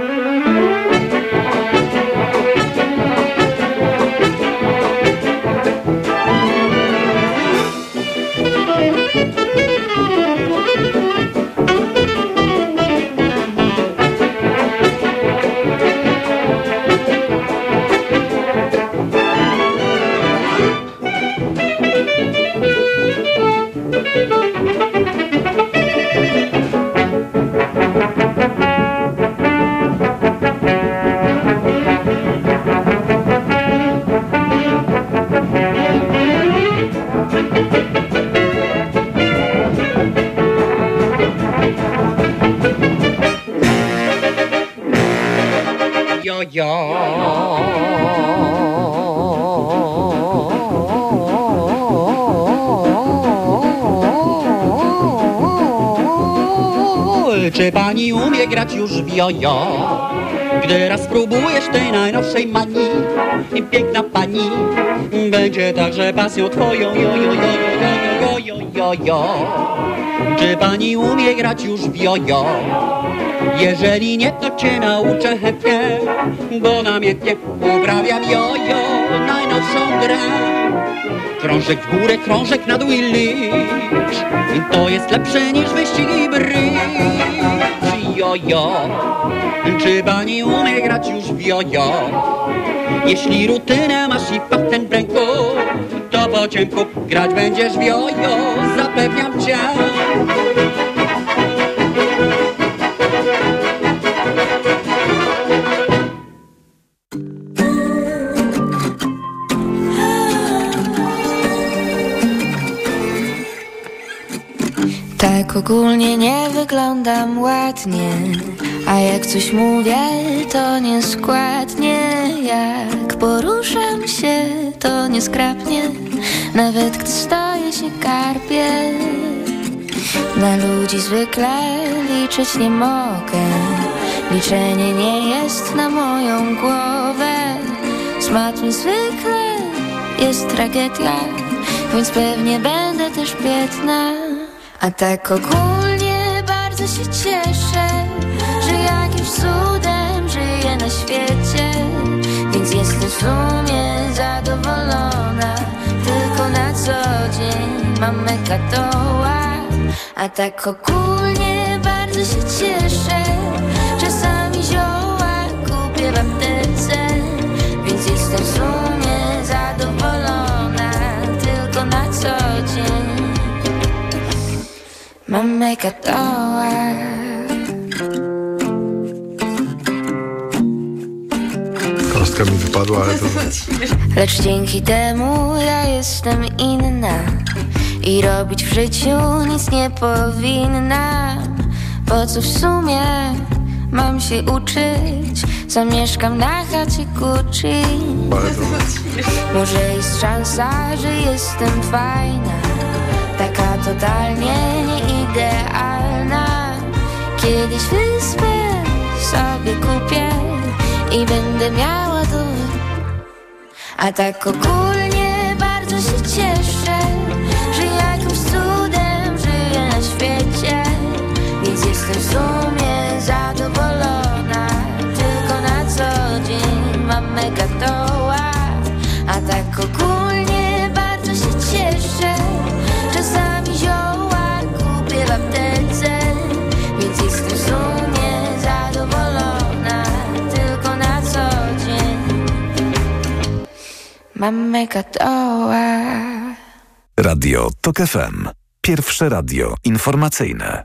Czy pani umie grać już w jojo? Gdy raz spróbujesz tej najnowszej manii, piękna pani będzie także pasją twoją. Jojo, jojo, jojo, jojo. Czy pani umie grać już w jojo? Jeżeli nie, to cię nauczę chętnie, bo namiętnie uprawiam jojo, najnowszą grę. Krążek w górę, krążek na dół i licz, to jest lepsze niż wyścig i brycz. Jojo, czy pani umie grać już w jojo? Jeśli rutynę masz i patent w ręku, to po ciemku grać będziesz w jojo, zapewniam cię. tak ogólnie nie wyglądam ładnie, a jak coś mówię, to nieskładnie. Jak poruszam się, to nieskrapnie, nawet gdy stoję się karpię. Na ludzi zwykle liczyć nie mogę, liczenie nie jest na moją głowę. Z matmy zwykle jest tragedia, więc pewnie będę też biedna. A tak ogólnie bardzo się cieszę, że jakimś cudem żyję na świecie, więc jestem w sumie zadowolona. Tylko na co dzień mam mega doła. A tak ogólnie bardzo się cieszę, czasami zioła kupię w aptece, więc jestem w sumie zadowolona. Tylko na co dzień mam mega doła. Kostka mi wypadła, ale to... Lecz dzięki temu ja jestem inna i robić w życiu nic nie powinnam. Po co w sumie mam się uczyć? Zamieszkam na chacie Gucci. Może jest szansa, że jestem fajna, taka totalnie nieidealna. Kiedyś wyspę sobie kupię i będę miała to. A tak ogólnie bardzo się cieszę, że jakimś cudem żyję na świecie, więc jestem w sumie zadowolona. Tylko na co dzień mam mega doła. A tak ogólnie bardzo się cieszę, czasami zioła kupię w aptece, więc jestem w sumie zadowolona. Tylko na co dzień mam mega doła. Radio Tok F M. Pierwsze radio informacyjne.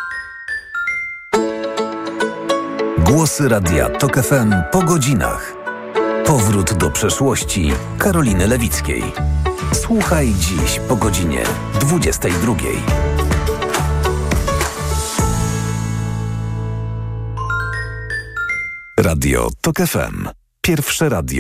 Głosy Radia Tok F M po godzinach. Powrót do przeszłości Karoliny Lewickiej. Słuchaj dziś po godzinie dwudziestej drugiej. Radio Tok F M. Pierwsze radio